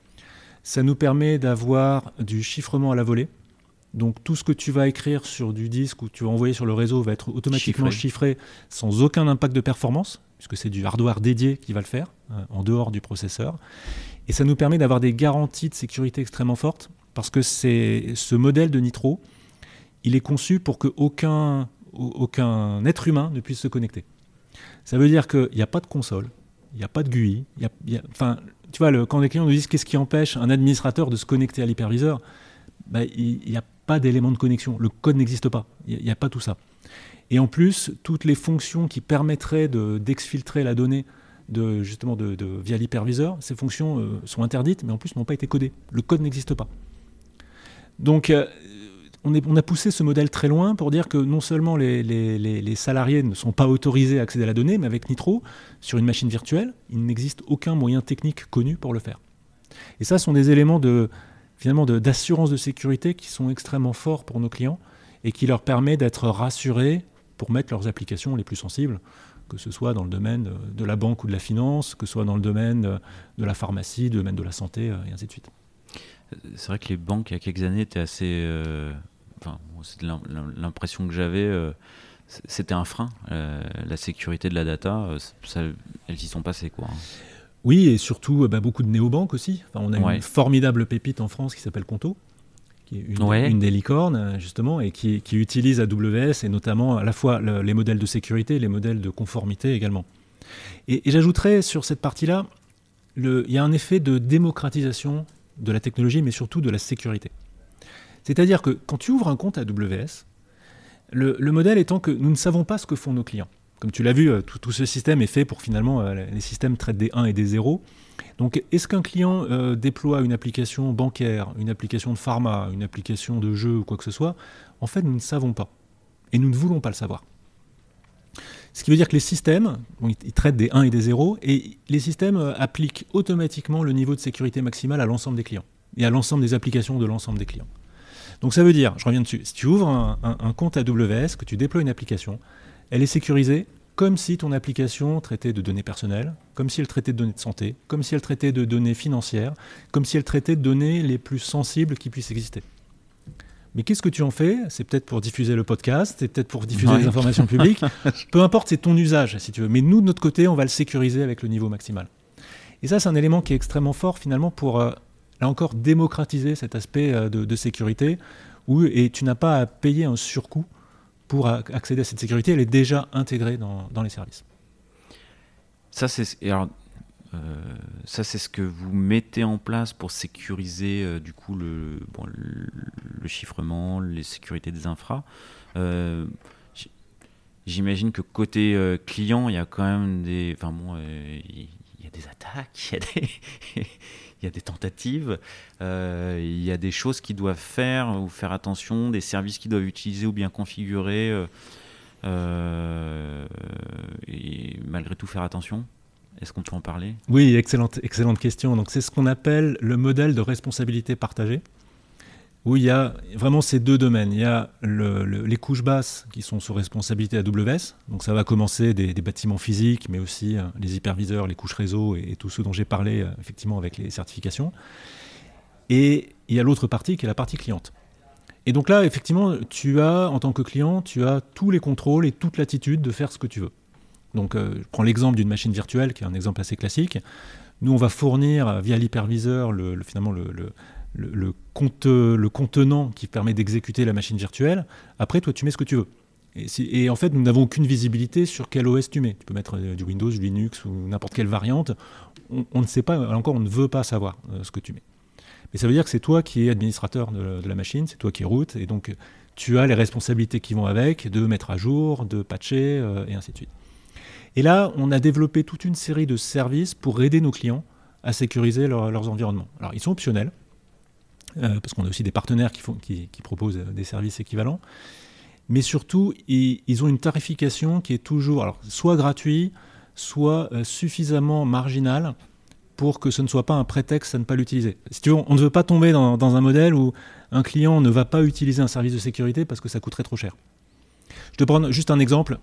Ça nous permet d'avoir du chiffrement à la volée. Donc tout ce que tu vas écrire sur du disque ou tu vas envoyer sur le réseau va être automatiquement chiffré sans aucun impact de performance, puisque c'est du hardware dédié qui va le faire, en dehors du processeur. Et ça nous permet d'avoir des garanties de sécurité extrêmement fortes, parce que ce modèle de Nitro, il est conçu pour qu'aucun être humain ne puisse se connecter. Ça veut dire qu'il n'y a pas de console, il n'y a pas de GUI. Tu vois, quand les clients nous disent qu'est-ce qui empêche un administrateur de se connecter à l'hyperviseur, il n'y a pas d'élément de connexion. Le code n'existe pas. Il n'y a pas tout ça. Et en plus, toutes les fonctions qui permettraient d'exfiltrer la donnée via l'hyperviseur, ces fonctions sont interdites, mais en plus n'ont pas été codées. Le code n'existe pas. Donc, on a poussé ce modèle très loin pour dire que non seulement les salariés ne sont pas autorisés à accéder à la donnée, mais avec Nitro, sur une machine virtuelle, il n'existe aucun moyen technique connu pour le faire. Et ça, sont des éléments d'assurance de sécurité qui sont extrêmement forts pour nos clients et qui leur permet d'être rassurés pour mettre leurs applications les plus sensibles, que ce soit dans le domaine de la banque ou de la finance, que ce soit dans le domaine de la pharmacie, le domaine de la santé, et ainsi de suite. C'est vrai que les banques, il y a quelques années, étaient assez... c'est l'impression que j'avais, c'était un frein. La sécurité de la data, elles y sont passées, quoi. Oui, et surtout beaucoup de néobanques aussi. On a une formidable pépite en France qui s'appelle Conto, qui est une des licornes, justement, et qui utilise AWS, et notamment à la fois les modèles de sécurité et les modèles de conformité également. Et j'ajouterais sur cette partie-là, il y a un effet de démocratisation de la technologie, mais surtout de la sécurité. C'est-à-dire que quand tu ouvres un compte AWS, le modèle étant que nous ne savons pas ce que font nos clients. Comme tu l'as vu, tout ce système est fait pour finalement, les systèmes traitent des 1 et des 0. Donc est-ce qu'un client déploie une application bancaire, une application de pharma, une application de jeu ou quoi que ce soit ? En fait, nous ne savons pas. Et nous ne voulons pas le savoir. Ce qui veut dire que les systèmes, ils traitent des 1 et des 0, et les systèmes appliquent automatiquement le niveau de sécurité maximale à l'ensemble des clients, et à l'ensemble des applications de l'ensemble des clients. Donc ça veut dire, je reviens dessus, si tu ouvres un compte AWS, que tu déploies une application, elle est sécurisée comme si ton application traitait de données personnelles, comme si elle traitait de données de santé, comme si elle traitait de données financières, comme si elle traitait de données les plus sensibles qui puissent exister. Mais qu'est-ce que tu en fais ? C'est peut-être pour diffuser le podcast, c'est peut-être pour diffuser les informations publiques. Peu importe, c'est ton usage, si tu veux. Mais nous, de notre côté, on va le sécuriser avec le niveau maximal. Et ça, c'est un élément qui est extrêmement fort, finalement, pour, là encore, démocratiser cet aspect de sécurité, et tu n'as pas à payer un surcoût pour accéder à cette sécurité. Elle est déjà intégrée dans les services. Ça, c'est ce que vous mettez en place pour sécuriser du coup le chiffrement, les sécurités des infras. J'imagine que côté client, il y a quand même il y a des attaques, il y a des tentatives, il y a des choses qu'ils doivent faire ou faire attention, des services qu'ils doivent utiliser ou bien configurer, et malgré tout faire attention. Est-ce qu'on peut en parler ? Oui, excellente question. Donc, c'est ce qu'on appelle le modèle de responsabilité partagée, où il y a vraiment ces deux domaines. Il y a les couches basses qui sont sous responsabilité AWS. Donc, ça va commencer des bâtiments physiques, mais aussi les hyperviseurs, les couches réseau et tout ce dont j'ai parlé effectivement avec les certifications. Et il y a l'autre partie qui est la partie cliente. Et donc là, effectivement, en tant que client, tu as tous les contrôles et toute latitude de faire ce que tu veux. Donc, je prends l'exemple d'une machine virtuelle, qui est un exemple assez classique. Nous, on va fournir via l'hyperviseur finalement le contenant qui permet d'exécuter la machine virtuelle. Après, toi, tu mets ce que tu veux. Et en fait, nous n'avons aucune visibilité sur quel OS tu mets. Tu peux mettre du Windows, du Linux ou n'importe quelle variante. On ne sait pas, encore, on ne veut pas savoir ce que tu mets. Mais ça veut dire que c'est toi qui es administrateur de la machine, c'est toi qui es root, et donc tu as les responsabilités qui vont avec, de mettre à jour, de patcher, et ainsi de suite. Et là, on a développé toute une série de services pour aider nos clients à sécuriser leurs environnements. Alors, ils sont optionnels, parce qu'on a aussi des partenaires qui proposent des services équivalents, mais surtout, ils ont une tarification qui est toujours soit gratuite, soit suffisamment marginale pour que ce ne soit pas un prétexte à ne pas l'utiliser. Si tu veux, on ne veut pas tomber dans un modèle où un client ne va pas utiliser un service de sécurité parce que ça coûterait trop cher. Je te prends juste un exemple.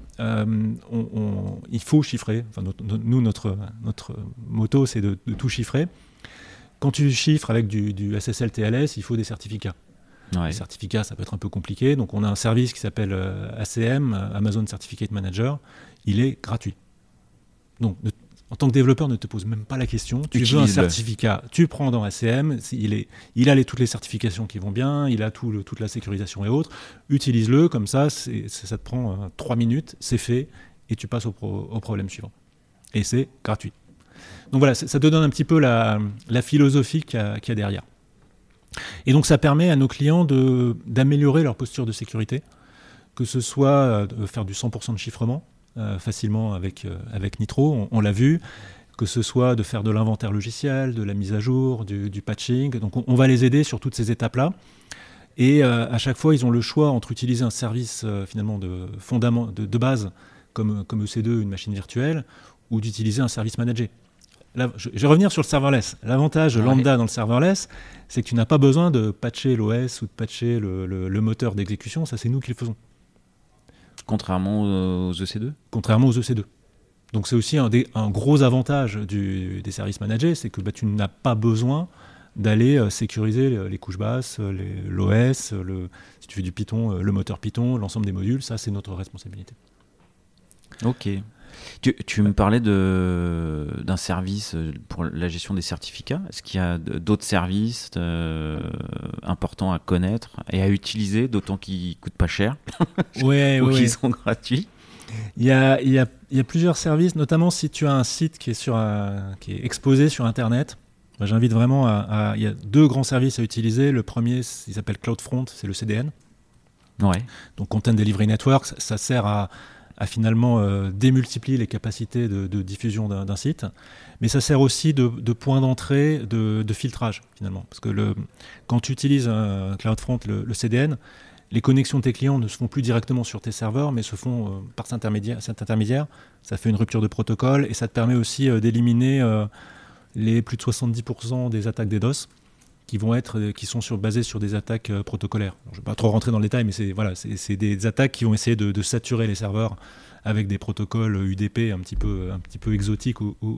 Il faut chiffrer. Enfin, nous, notre motto, c'est de tout chiffrer. Quand tu chiffres avec du SSL TLS, il faut des certificats. Ouais. Les certificats, ça peut être un peu compliqué. Donc, on a un service qui s'appelle ACM, Amazon Certificate Manager. Il est gratuit. Donc, en tant que développeur, ne te pose même pas la question. Tu veux un certificat, tu prends dans ACM, il a toutes les certifications qui vont bien, il a toute la sécurisation et autres. Utilise-le, comme ça ça te prend 3 minutes, c'est fait, et tu passes au problème suivant. Et c'est gratuit. Donc voilà, ça te donne un petit peu la philosophie qu'il y a derrière. Et donc ça permet à nos clients d'améliorer leur posture de sécurité, que ce soit de faire du 100% de chiffrement, facilement avec Nitro, on l'a vu, que ce soit de faire de l'inventaire logiciel, de la mise à jour, du patching. Donc on va les aider sur toutes ces étapes-là. Et à chaque fois, ils ont le choix entre utiliser un service finalement de base comme EC2, une machine virtuelle, ou d'utiliser un service managé. Là, je vais revenir sur le serverless. L'avantage lambda dans le serverless, c'est que tu n'as pas besoin de patcher l'OS ou de patcher le moteur d'exécution. Ça, c'est nous qui le faisons. Contrairement aux EC2 ? Contrairement aux EC2. Donc c'est aussi un gros avantage des services managés, c'est que tu n'as pas besoin d'aller sécuriser les couches basses, l'OS, si tu fais du Python, le moteur Python, l'ensemble des modules, ça c'est notre responsabilité. Ok. Tu me parlais d'un service pour la gestion des certificats. Est-ce qu'il y a d'autres services importants à connaître et à utiliser, d'autant qu'ils ne coûtent pas cher ou qu'ils sont gratuits ? Il y a plusieurs services, notamment si tu as un site qui est exposé sur Internet. Moi, j'invite vraiment il y a 2 grands services à utiliser. Le premier, il s'appelle CloudFront, c'est le CDN. Ouais. Donc Content Delivery Network, ça sert à finalement démultiplier les capacités de diffusion d'un site, mais ça sert aussi de point d'entrée, de filtrage finalement, parce que quand tu utilises CloudFront, le CDN, les connexions de tes clients ne se font plus directement sur tes serveurs, mais se font par cet intermédiaire. Ça fait une rupture de protocole et ça te permet aussi d'éliminer les plus de 70% des attaques DDoS qui sont basées sur des attaques protocolaires. Alors, je ne vais pas trop rentrer dans le détail, mais c'est des attaques qui vont essayer de saturer les serveurs avec des protocoles UDP un petit peu exotiques.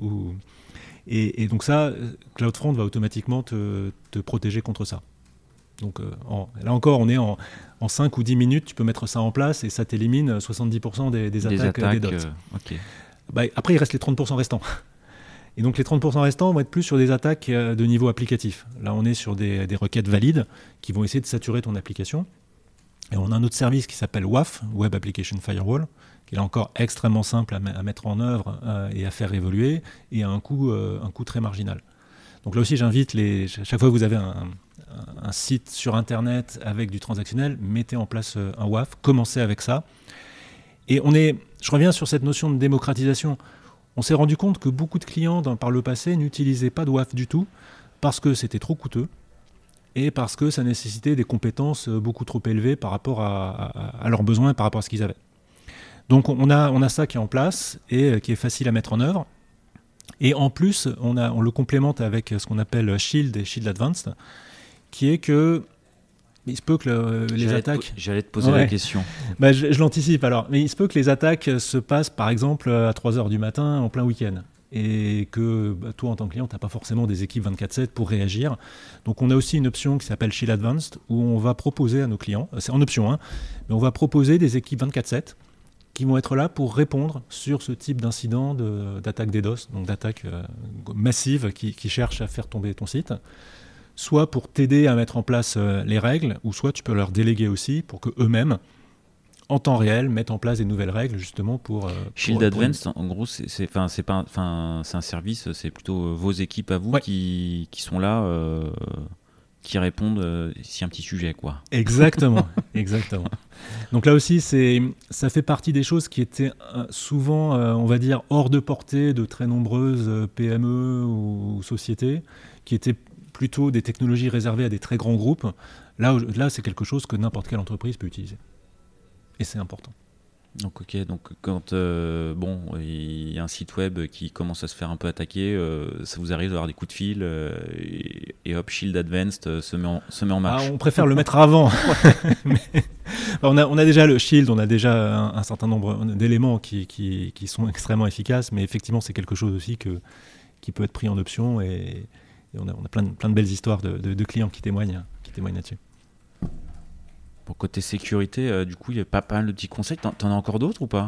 Et donc ça, CloudFront va automatiquement te protéger contre ça. Donc là encore, on est en 5 ou 10 minutes, tu peux mettre ça en place et ça t'élimine 70% des attaques des DOT. Okay. Après, il reste les 30% restants. Et donc les 30% restants vont être plus sur des attaques de niveau applicatif. Là, on est sur des requêtes valides qui vont essayer de saturer ton application. Et on a un autre service qui s'appelle WAF, Web Application Firewall, qui est là encore extrêmement simple à mettre en œuvre et à faire évoluer, et à un coût très marginal. Donc là aussi, j'invite chaque fois que vous avez un site sur Internet avec du transactionnel, mettez en place un WAF, commencez avec ça. Et je reviens sur cette notion de démocratisation. On s'est rendu compte que beaucoup de clients par le passé n'utilisaient pas de WAF du tout parce que c'était trop coûteux et parce que ça nécessitait des compétences beaucoup trop élevées par rapport à leurs besoins et par rapport à ce qu'ils avaient. Donc on a ça qui est en place et qui est facile à mettre en œuvre. Et en plus, on le complémente avec ce qu'on appelle Shield et Shield Advanced, qui est que il se peut que les attaques... J'allais te poser la question. Je l'anticipe alors. Mais il se peut que les attaques se passent par exemple à 3h du matin en plein week-end. Et que toi, en tant que client, tu n'as pas forcément des équipes 24/7 pour réagir. Donc on a aussi une option qui s'appelle Shield Advanced, où on va proposer à nos clients, c'est en option, mais on va proposer des équipes 24/7 qui vont être là pour répondre sur ce type d'incident d'attaque DDoS, donc d'attaque massive qui cherche à faire tomber ton site. Soit pour t'aider à mettre en place les règles, ou soit tu peux leur déléguer aussi pour qu'eux-mêmes, en temps réel, mettent en place des nouvelles règles justement pour... Shield Advanced, en gros, c'est un service, c'est plutôt vos équipes à vous qui sont là, qui répondent s'il y a un petit sujet, quoi. Exactement, exactement. Donc là aussi, ça fait partie des choses qui étaient souvent, on va dire, hors de portée de très nombreuses PME ou sociétés, qui étaient plutôt des technologies réservées à des très grands groupes. Là c'est quelque chose que n'importe quelle entreprise peut utiliser. Et c'est important. Donc quand il y a un site web qui commence à se faire un peu attaquer, ça vous arrive d'avoir des coups de fil et hop, Shield Advanced se met en marche. On préfère le mettre avant. Mais, on a déjà le Shield, on a déjà un certain nombre d'éléments qui sont extrêmement efficaces, mais effectivement c'est quelque chose aussi qui peut être pris en option et on a plein de belles histoires de clients qui témoignent là-dessus. Pour côté sécurité, du coup, il y a pas mal de petits conseils. T'en as encore d'autres ou pas ?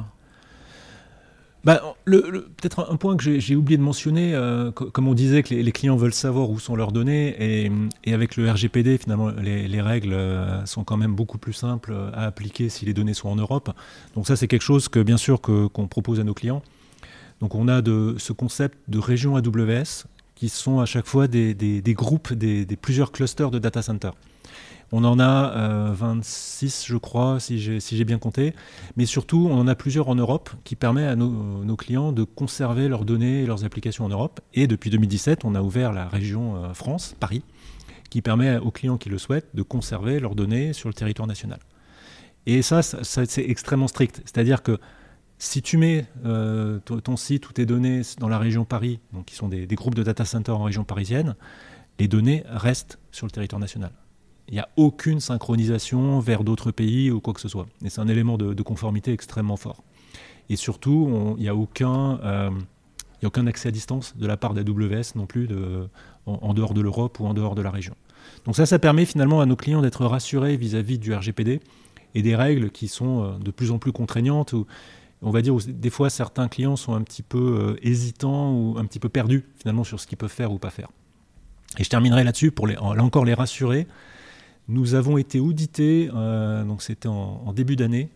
Peut-être un point que j'ai oublié de mentionner, comme on disait que les clients veulent savoir où sont leurs données, et avec le RGPD, finalement, les règles sont quand même beaucoup plus simples à appliquer si les données sont en Europe. Donc ça, c'est quelque chose que, bien sûr, qu'on propose à nos clients. Donc on a ce concept de région AWS, qui sont à chaque fois des groupes, des plusieurs clusters de data centers. On en a 26, je crois, si j'ai bien compté. Mais surtout, on en a plusieurs en Europe qui permet à nos clients de conserver leurs données et leurs applications en Europe. Et depuis 2017, on a ouvert la région France, Paris, qui permet aux clients qui le souhaitent de conserver leurs données sur le territoire national. Et ça c'est extrêmement strict. C'est-à-dire que si tu mets ton site ou tes données dans la région Paris, donc qui sont des groupes de data centers en région parisienne, les données restent sur le territoire national. Il n'y a aucune synchronisation vers d'autres pays ou quoi que ce soit. Et c'est un élément de conformité extrêmement fort. Et surtout, il n'y a aucun accès à distance de la part d'AWS non plus en dehors de l'Europe ou en dehors de la région. Donc ça permet finalement à nos clients d'être rassurés vis-à-vis du RGPD et des règles qui sont de plus en plus contraignantes. On va dire, des fois, certains clients sont un petit peu hésitants ou un petit peu perdus finalement sur ce qu'ils peuvent faire ou pas faire. Et je terminerai là-dessus pour là encore les rassurer. Nous avons été audités, donc c'était en début d'année,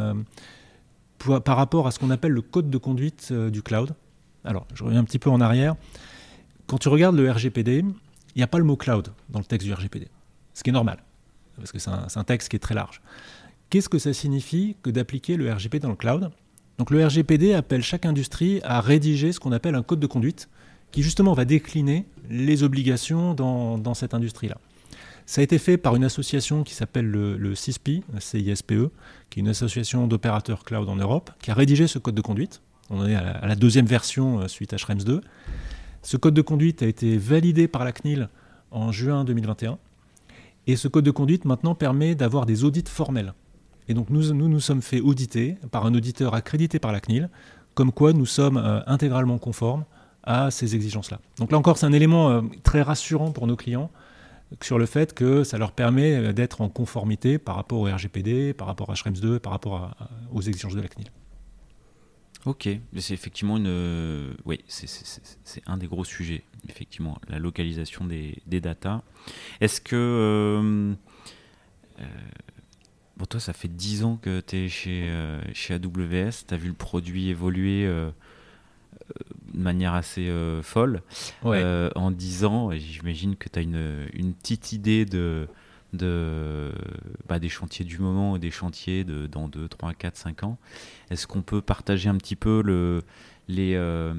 par rapport à ce qu'on appelle le code de conduite du cloud. Alors, je reviens un petit peu en arrière. Quand tu regardes le RGPD, il n'y a pas le mot cloud dans le texte du RGPD, ce qui est normal, parce que c'est un texte qui est très large. Qu'est-ce que ça signifie que d'appliquer le RGPD dans le cloud ? Donc le RGPD appelle chaque industrie à rédiger ce qu'on appelle un code de conduite qui justement va décliner les obligations dans cette industrie-là. Ça a été fait par une association qui s'appelle le CISPE, CISPE, qui est une association d'opérateurs cloud en Europe, qui a rédigé ce code de conduite. On en est à la deuxième version suite à Schrems 2. Ce code de conduite a été validé par la CNIL en juin 2021. Et ce code de conduite, maintenant, permet d'avoir des audits formels. Et donc, nous sommes fait auditer par un auditeur accrédité par la CNIL, comme quoi nous sommes intégralement conformes à ces exigences-là. Donc là encore, c'est un élément très rassurant pour nos clients sur le fait que ça leur permet d'être en conformité par rapport au RGPD, par rapport à Schrems 2, par rapport aux exigences de la CNIL. Ok, c'est effectivement oui, c'est un des gros sujets, effectivement, la localisation des datas. Est-ce que bon, toi, ça fait 10 ans que tu es chez AWS, tu as vu le produit évoluer de manière assez folle. Ouais. En 10 ans, j'imagine que tu as une petite idée des chantiers du moment et des chantiers dans 2, 3, 4, 5 ans. Est-ce qu'on peut partager un petit peu les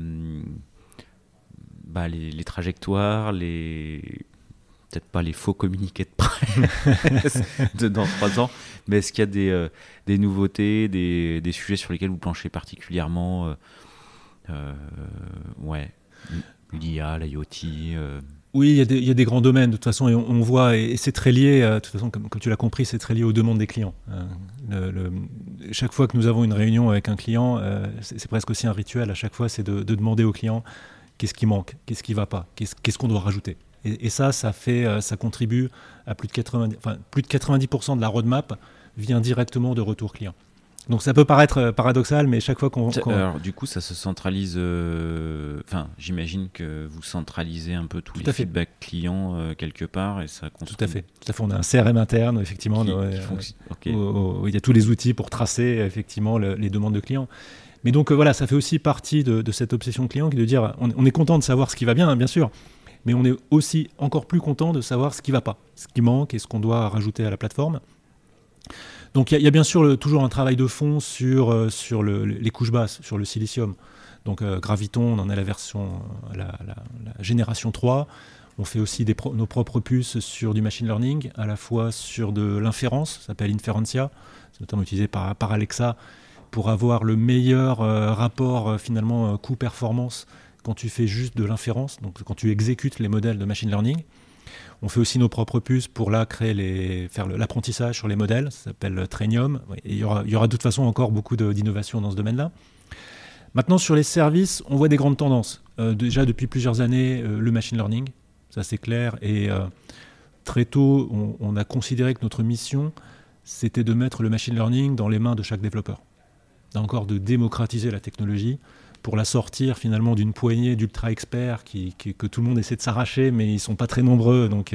trajectoires, peut-être pas les faux communiqués de presse dans 3 ans, mais est-ce qu'il y a des nouveautés, des sujets sur lesquels vous planchez particulièrement l'IA, l'IoT Oui, il y a des grands domaines, de toute façon, et on voit, et c'est très lié, de toute façon, comme tu l'as compris, c'est très lié aux demandes des clients. Chaque fois que nous avons une réunion avec un client, c'est presque aussi un rituel, à chaque fois, c'est de demander au client qu'est-ce qui manque, qu'est-ce qui ne va pas, qu'est-ce qu'on doit rajouter. Et ça contribue à plus de 90% de la roadmap vient directement de retour client. Donc ça peut paraître paradoxal, mais chaque fois Alors du coup, ça se centralise... j'imagine que vous centralisez un peu tous les feedbacks clients quelque part, et ça construit... Tout à fait. On a un CRM interne, effectivement, où il y a tous les outils pour tracer effectivement les demandes de clients. Mais donc voilà, ça fait aussi partie de cette obsession client, qui est de dire, on est content de savoir ce qui va bien, bien sûr, mais on est aussi encore plus content de savoir ce qui ne va pas, ce qui manque et ce qu'on doit rajouter à la plateforme. Donc il y a bien sûr toujours un travail de fond sur les couches basses, sur le silicium. Donc Graviton, on en a la version, la génération 3. On fait aussi nos propres puces sur du machine learning, à la fois sur de l'inférence, ça s'appelle Inferentia, c'est notamment utilisé par Alexa, pour avoir le meilleur rapport finalement coût-performance quand tu fais juste de l'inférence, donc quand tu exécutes les modèles de machine learning. On fait aussi nos propres puces pour faire l'apprentissage sur les modèles, ça s'appelle Trainium. Et il y aura de toute façon encore beaucoup d'innovation dans ce domaine-là. Maintenant, sur les services, on voit des grandes tendances. Déjà depuis plusieurs années, le machine learning, ça c'est clair. Et très tôt, on a considéré que notre mission, c'était de mettre le machine learning dans les mains de chaque développeur. Là encore, de démocratiser la technologie pour la sortir finalement d'une poignée d'ultra experts que tout le monde essaie de s'arracher, mais ils ne sont pas très nombreux, donc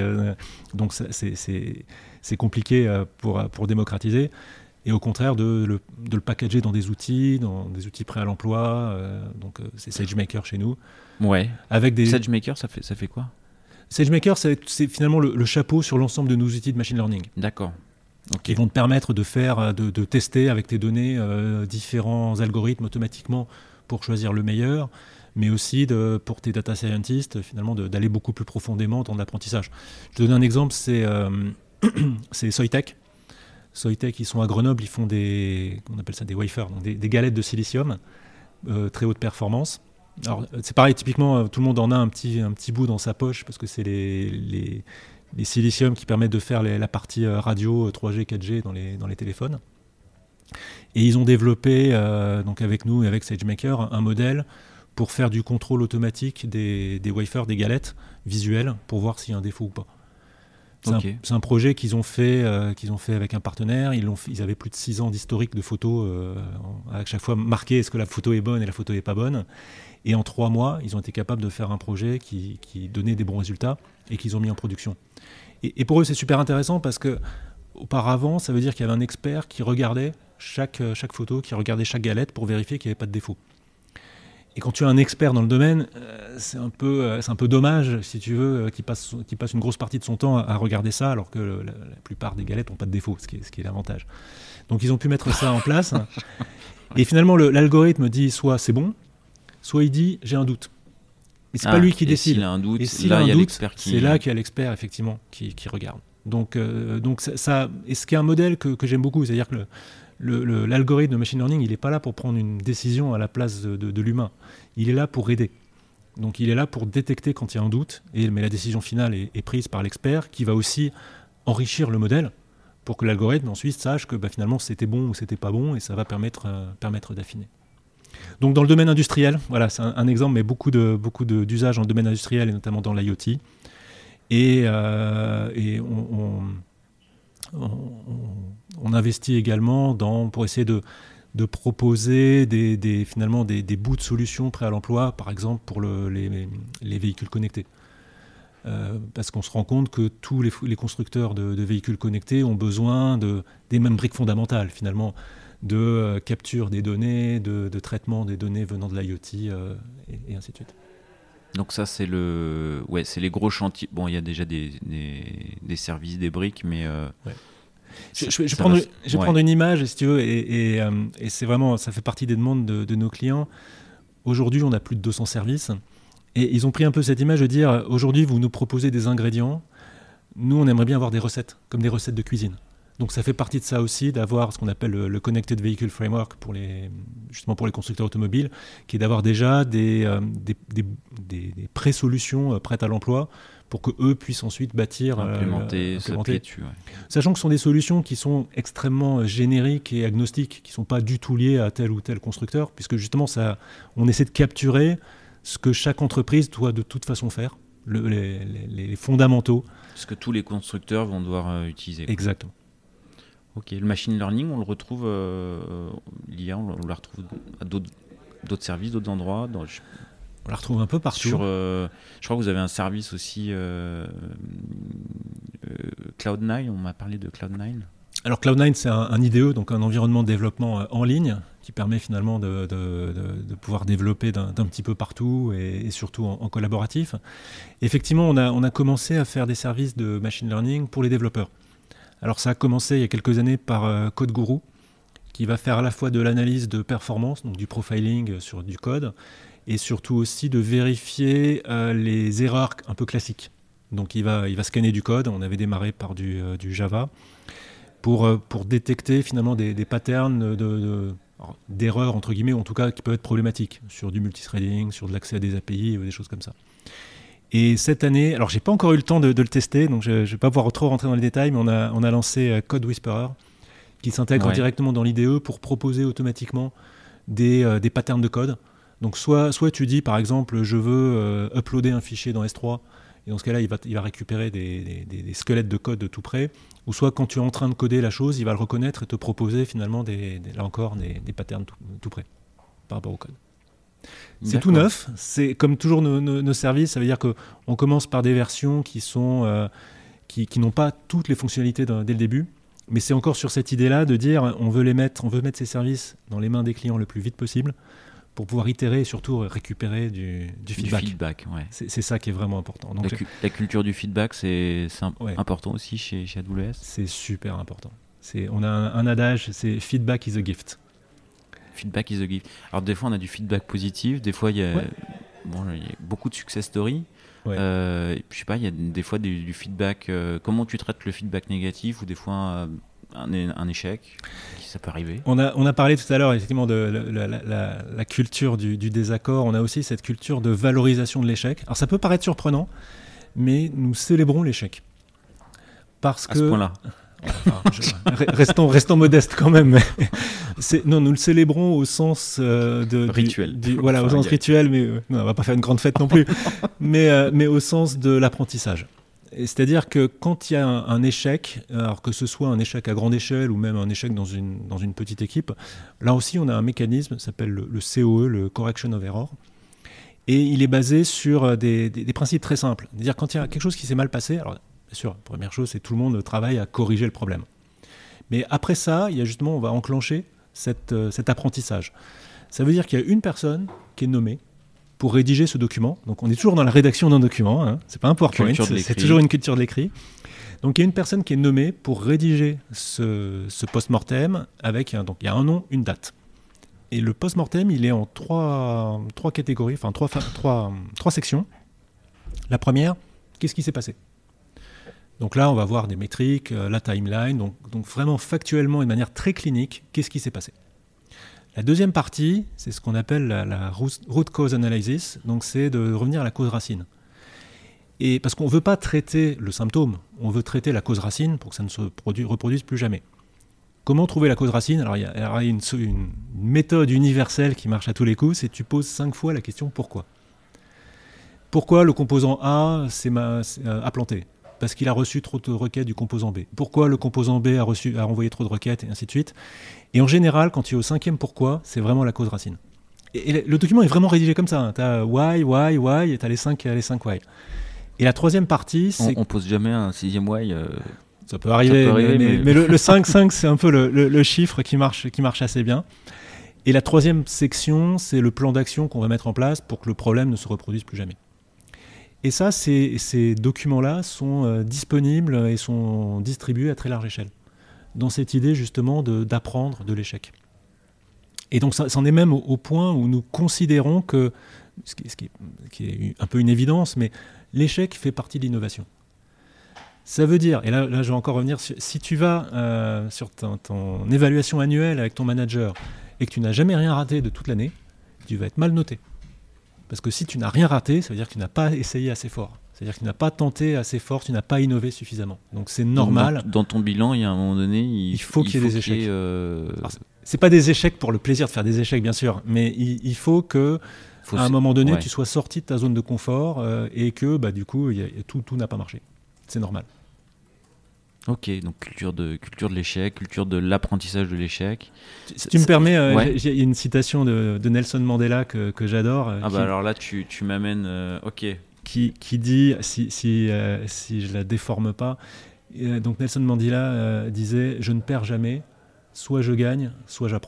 c'est compliqué pour démocratiser. Et au contraire, de le packager dans des outils prêts à l'emploi. Donc c'est SageMaker chez nous. Ouais. SageMaker, ça fait quoi ? SageMaker, c'est finalement le chapeau sur l'ensemble de nos outils de machine learning. D'accord. Qui vont te permettre de tester avec tes données différents algorithmes automatiquement pour choisir le meilleur, mais aussi pour tes data scientists, finalement, d'aller beaucoup plus profondément dans l'apprentissage. Je te donne un exemple, c'est Soitec. Soitec, ils sont à Grenoble, ils font on appelle ça des wafers, donc des galettes de silicium, très haute performance. Alors, c'est pareil, typiquement, tout le monde en a un petit bout dans sa poche, parce que c'est les siliciums qui permettent de faire la partie radio 3G, 4G dans les téléphones. Et ils ont développé, donc avec nous et avec SageMaker, un modèle pour faire du contrôle automatique des wafers, des galettes visuelles, pour voir s'il y a un défaut ou pas. C'est un projet qu'ils ont fait avec un partenaire. Ils avaient plus de 6 ans d'historique de photos, à chaque fois marqué est-ce que la photo est bonne et la photo n'est pas bonne. Et en 3 mois, ils ont été capables de faire un projet qui donnait des bons résultats et qu'ils ont mis en production. Et pour eux, c'est super intéressant parce que auparavant, ça veut dire qu'il y avait un expert qui regardait chaque photo, qui regardait chaque galette pour vérifier qu'il n'y avait pas de défaut. Et quand tu as un expert dans le domaine, c'est un peu dommage, si tu veux, qu'il passe une grosse partie de son temps à regarder ça, alors que la plupart des galettes n'ont pas de défaut, ce qui est l'avantage. Donc ils ont pu mettre ça en place. Et finalement, l'algorithme dit soit c'est bon, soit il dit j'ai un doute. Et c'est pas lui qui décide. S'il a un doute, c'est là qu'il y a l'expert effectivement qui regarde. Donc ça, et ce qui est un modèle que j'aime beaucoup, c'est-à-dire que l'algorithme de machine learning, il n'est pas là pour prendre une décision à la place de l'humain. Il est là pour aider. Donc il est là pour détecter quand il y a un doute, mais la décision finale est prise par l'expert qui va aussi enrichir le modèle pour que l'algorithme ensuite sache que finalement c'était bon ou c'était pas bon, et ça va permettre d'affiner. Donc dans le domaine industriel, voilà, c'est un exemple, mais beaucoup d'usages dans le domaine industriel et notamment dans l'IoT. Et on investit également pour essayer de proposer finalement des bouts de solutions prêts à l'emploi, par exemple pour les véhicules connectés. Parce qu'on se rend compte que tous les constructeurs de véhicules connectés ont besoin des mêmes briques fondamentales, finalement, de capture des données, de traitement des données venant de l'IoT, et ainsi de suite. Donc ça, c'est les gros chantiers. Bon, il y a déjà des services, des briques, mais... Ouais. Je vais prendre une image, si tu veux, et c'est vraiment, ça fait partie des demandes de nos clients. Aujourd'hui, on a plus de 200 services, et ils ont pris un peu cette image de dire, aujourd'hui, vous nous proposez des ingrédients, nous, on aimerait bien avoir des recettes, comme des recettes de cuisine. Donc ça fait partie de ça aussi, d'avoir ce qu'on appelle le Connected Vehicle Framework justement pour les constructeurs automobiles, qui est d'avoir déjà des pré-solutions prêtes à l'emploi pour qu'eux puissent ensuite bâtir, implémenter. Dessus, ouais. Sachant que ce sont des solutions qui sont extrêmement génériques et agnostiques, qui ne sont pas du tout liées à tel ou tel constructeur, puisque justement on essaie de capturer ce que chaque entreprise doit de toute façon faire, les fondamentaux. Ce que tous les constructeurs vont devoir utiliser. Exactement. Ok, le machine learning, on le retrouve, l'IA, on la retrouve à d'autres services, d'autres endroits. On la retrouve un peu partout. Je crois que vous avez un service aussi, Cloud9, on m'a parlé de Cloud9. Alors Cloud9, c'est un IDE, donc un environnement de développement en ligne, qui permet finalement de pouvoir développer d'un petit peu partout et surtout en collaboratif. Effectivement, on a commencé à faire des services de machine learning pour les développeurs. Alors ça a commencé il y a quelques années par CodeGuru, qui va faire à la fois de l'analyse de performance, donc du profiling sur du code, et surtout aussi de vérifier les erreurs un peu classiques. Donc il va scanner du code, on avait démarré par du Java, pour détecter finalement des patterns d'erreurs, entre guillemets, ou en tout cas qui peuvent être problématiques, sur du multithreading, sur de l'accès à des API, ou des choses comme ça. Et cette année, alors j'ai pas encore eu le temps de le tester, donc je ne vais pas pouvoir trop rentrer dans les détails, mais on a lancé Code Whisperer, qui s'intègre directement dans l'IDE pour proposer automatiquement des patterns de code. Donc soit tu dis par exemple je veux uploader un fichier dans S3, et dans ce cas-là il va récupérer des squelettes de code de tout près, ou soit quand tu es en train de coder la chose, il va le reconnaître et te proposer finalement là encore des patterns tout près par rapport au code. C'est tout neuf, c'est comme toujours nos services, ça veut dire qu'on commence par des versions qui n'ont pas toutes les fonctionnalités dès le début, mais c'est encore sur cette idée-là de dire on veut mettre ces services dans les mains des clients le plus vite possible pour pouvoir itérer et surtout récupérer du feedback. Du feedback, ouais. C'est ça qui est vraiment important. Donc, la culture du feedback, c'est important aussi chez AWS. C'est super important. On a un adage, c'est feedback is a gift. Feedback is a gift. Alors des fois on a du feedback positif, des fois il y a beaucoup de success stories. Ouais. Et puis je sais pas, il y a des fois du feedback. Comment tu traites le feedback négatif ou des fois un échec, ça peut arriver. On a parlé tout à l'heure effectivement de la culture du désaccord. On a aussi cette culture de valorisation de l'échec. Alors ça peut paraître surprenant, mais nous célébrons l'échec. Parce à ce point-là. Restons modestes quand même. Non, nous le célébrons au sens rituel. Au sens rituel, mais non, on va pas faire une grande fête non plus. mais au sens de l'apprentissage. C'est-à-dire que quand il y a un échec, alors que ce soit un échec à grande échelle ou même un échec dans une petite équipe, là aussi on a un mécanisme qui s'appelle le COE, le Correction of Error. Et il est basé sur des principes très simples. C'est-à-dire quand il y a quelque chose qui s'est mal passé, alors bien sûr, la première chose, c'est que tout le monde travaille à corriger le problème. Mais après ça, on va enclencher cet apprentissage. Ça veut dire qu'il y a une personne qui est nommée pour rédiger ce document. Donc on est toujours dans la rédaction d'un document, hein. C'est pas un PowerPoint, c'est toujours une culture de l'écrit. Donc il y a une personne qui est nommée pour rédiger ce post-mortem donc il y a un nom, une date. Et le post-mortem, il est en trois catégories, enfin trois sections. La première, qu'est-ce qui s'est passé ? Donc là, on va voir des métriques, la timeline, donc vraiment factuellement et de manière très clinique, qu'est-ce qui s'est passé ? La deuxième partie, c'est ce qu'on appelle la root cause analysis, donc c'est de revenir à la cause racine. Et parce qu'on ne veut pas traiter le symptôme, on veut traiter la cause racine pour que ça ne se reproduise plus jamais. Comment trouver la cause racine ? Alors il y a une méthode universelle qui marche à tous les coups, c'est que tu poses 5 fois la question pourquoi. Pourquoi le composant A a planté ? Parce qu'il a reçu trop de requêtes du composant B. Pourquoi le composant B a renvoyé trop de requêtes, et ainsi de suite. Et en général, quand tu es au 5e pourquoi, c'est vraiment la cause racine. Et le document est vraiment rédigé comme ça. Hein. Tu as why, et tu as les 5 why. Et la troisième partie, c'est... On pose jamais un 6e why. Ça peut arriver, mais le 5, c'est un peu le chiffre qui marche assez bien. Et la troisième section, c'est le plan d'action qu'on va mettre en place pour que le problème ne se reproduise plus jamais. Et ça, ces documents-là sont disponibles et sont distribués à très large échelle, dans cette idée justement d'apprendre de l'échec. Et donc ça en est même au point où nous considérons que, ce qui est un peu une évidence, mais l'échec fait partie de l'innovation. Ça veut dire, et là je vais encore revenir, si tu vas sur ton évaluation annuelle avec ton manager et que tu n'as jamais rien raté de toute l'année, tu vas être mal noté. Parce que si tu n'as rien raté, ça veut dire que tu n'as pas essayé assez fort. C'est-à-dire que tu n'as pas tenté assez fort, tu n'as pas innové suffisamment. Donc c'est normal. Donc dans ton bilan, il y a un moment donné, il faut qu'il y ait des échecs. Alors, c'est pas des échecs pour le plaisir de faire des échecs, bien sûr, mais il faut que à un moment donné, tu sois sorti de ta zone de confort et que du coup, tout n'a pas marché. C'est normal. Ok, donc culture de l'échec, culture de l'apprentissage de l'échec. Si tu me permets, il y a une citation de Nelson Mandela que j'adore. Alors là, tu m'amènes... ok. Qui dit, si je la déforme pas, donc Nelson Mandela disait « Je ne perds jamais, soit je gagne, soit j'apprends ».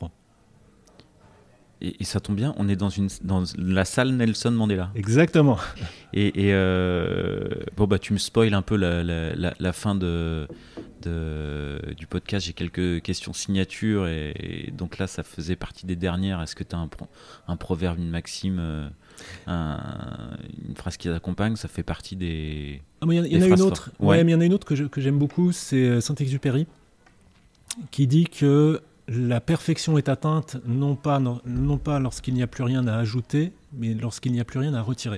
Et ça tombe bien, on est dans la salle Nelson Mandela. Exactement. Et tu me spoil un peu la fin du podcast. J'ai quelques questions signatures et donc là, ça faisait partie des dernières. Est-ce que tu as un proverbe, une maxime, une phrase qui l'accompagne? Ça fait partie des. Il y en a une autre. Mais il y en a une autre que j'aime beaucoup. C'est Saint-Exupéry qui dit que la perfection est atteinte non pas lorsqu'il n'y a plus rien à ajouter, mais lorsqu'il n'y a plus rien à retirer.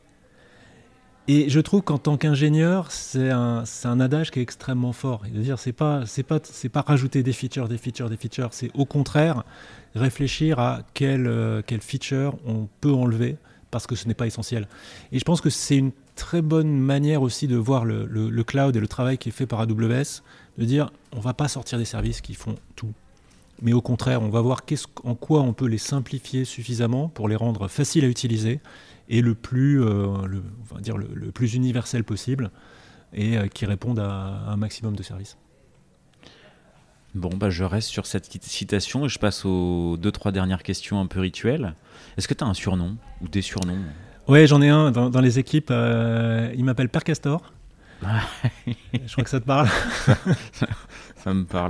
Et je trouve qu'en tant qu'ingénieur, c'est un adage qui est extrêmement fort. C'est-à-dire, c'est pas rajouter des features, c'est au contraire réfléchir à quelle feature on peut enlever parce que ce n'est pas essentiel. Et je pense que c'est une très bonne manière aussi de voir le cloud et le travail qui est fait par AWS, de dire on ne va pas sortir des services qui font tout. Mais au contraire, on va voir en quoi on peut les simplifier suffisamment pour les rendre faciles à utiliser et le plus universel possible et qui répondent à un maximum de services. Bon, je reste sur cette citation et je passe aux 2-3 dernières questions un peu rituelles. Est-ce que tu as un surnom ou des surnoms ? Ouais, j'en ai un dans les équipes. Il m'appelle Père Castor. Je crois que ça te parle. Ça me parle.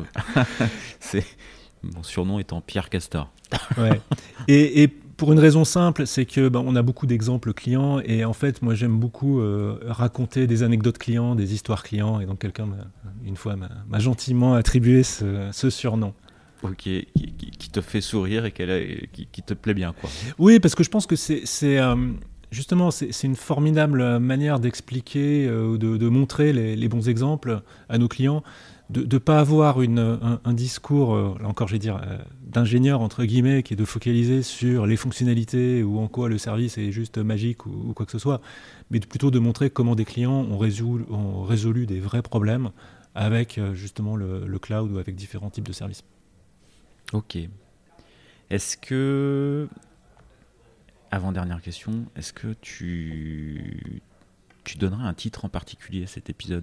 Mon surnom étant Pierre Castor. Ouais. Et pour une raison simple, c'est que on a beaucoup d'exemples clients et en fait, moi j'aime beaucoup raconter des anecdotes clients, des histoires clients et donc quelqu'un une fois m'a gentiment attribué ce surnom. Ok, qui te fait sourire et qui te plaît bien, quoi. Oui, parce que je pense que justement, c'est une formidable manière d'expliquer, de montrer les bons exemples à nos clients, de ne pas avoir un discours, là encore je vais dire, d'ingénieur entre guillemets, qui est de focaliser sur les fonctionnalités ou en quoi le service est juste magique ou quoi que ce soit, mais plutôt de montrer comment des clients ont résolu des vrais problèmes avec justement le cloud ou avec différents types de services. Ok. Est-ce que... Avant-dernière question, est-ce que tu donnerais un titre en particulier à cet épisode ?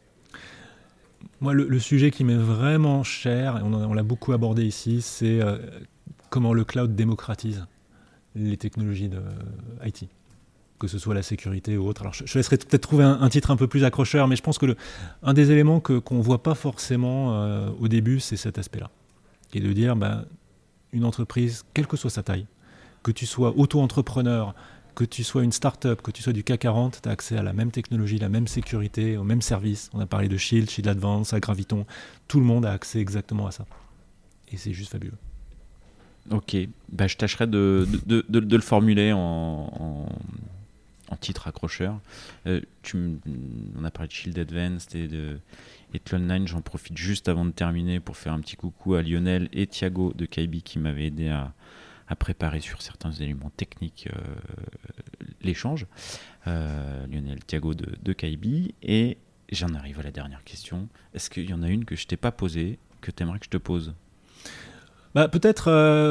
Moi, le sujet qui m'est vraiment cher, et on l'a beaucoup abordé ici, c'est comment le cloud démocratise les technologies de IT, que ce soit la sécurité ou autre. Alors, je laisserai peut-être trouver un titre un peu plus accrocheur, mais je pense que un des éléments qu'on ne voit pas forcément au début, c'est cet aspect-là. Et de dire, une entreprise, quelle que soit sa taille, que tu sois auto-entrepreneur, que tu sois une start-up, que tu sois du CAC 40, tu as accès à la même technologie, la même sécurité, au même service. On a parlé de Shield Advance, à Graviton. Tout le monde a accès exactement à ça. Et c'est juste fabuleux. Ok, je tâcherai de le formuler en titre accrocheur. On a parlé de Shield Advanced et de Clone9. J'en profite juste avant de terminer pour faire un petit coucou à Lionel et Thiago de Kaibi qui m'avaient aidé à préparer sur certains éléments techniques l'échange. Lionel, Thiago de Kaibi. Et j'en arrive à la dernière question. Est-ce qu'il y en a une que je t'ai pas posée, que tu aimerais que je te pose ? Peut-être,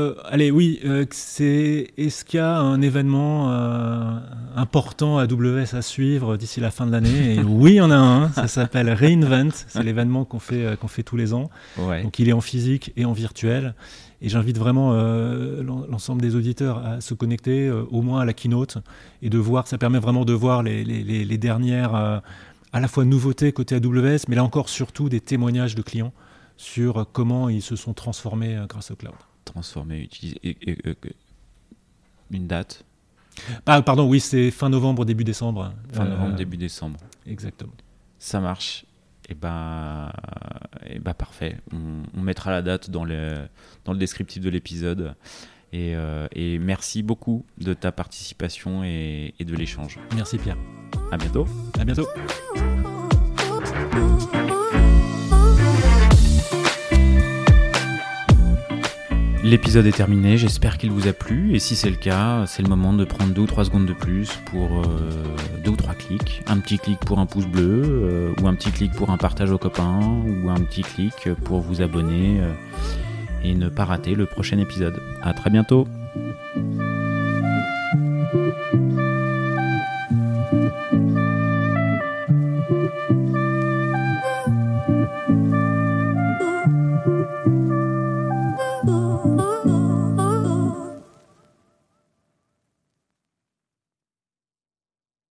est-ce qu'il y a un événement important AWS à suivre d'ici la fin de l'année ? Et oui, il y en a un, ça s'appelle Reinvent, c'est l'événement qu'on fait tous les ans. Ouais. Donc il est en physique et en virtuel. Et j'invite vraiment l'ensemble des auditeurs à se connecter au moins à la keynote et de voir, ça permet vraiment de voir les dernières à la fois nouveautés côté AWS, mais là encore surtout des témoignages de clients sur comment ils se sont transformés grâce au cloud. Transformés, utilisés. Une date ? Pardon, oui, c'est fin novembre, début décembre. Fin novembre, début décembre. Exactement. Ça marche. Et parfait. On mettra la date dans le descriptif de l'épisode. Et merci beaucoup de ta participation et de l'échange. Merci Pierre. À bientôt. À bientôt. L'épisode est terminé, j'espère qu'il vous a plu, et si c'est le cas, c'est le moment de prendre 2 ou 3 secondes de plus pour 2 ou 3 clics. Un petit clic pour un pouce bleu, ou un petit clic pour un partage aux copains, ou un petit clic pour vous abonner et ne pas rater le prochain épisode. À très bientôt.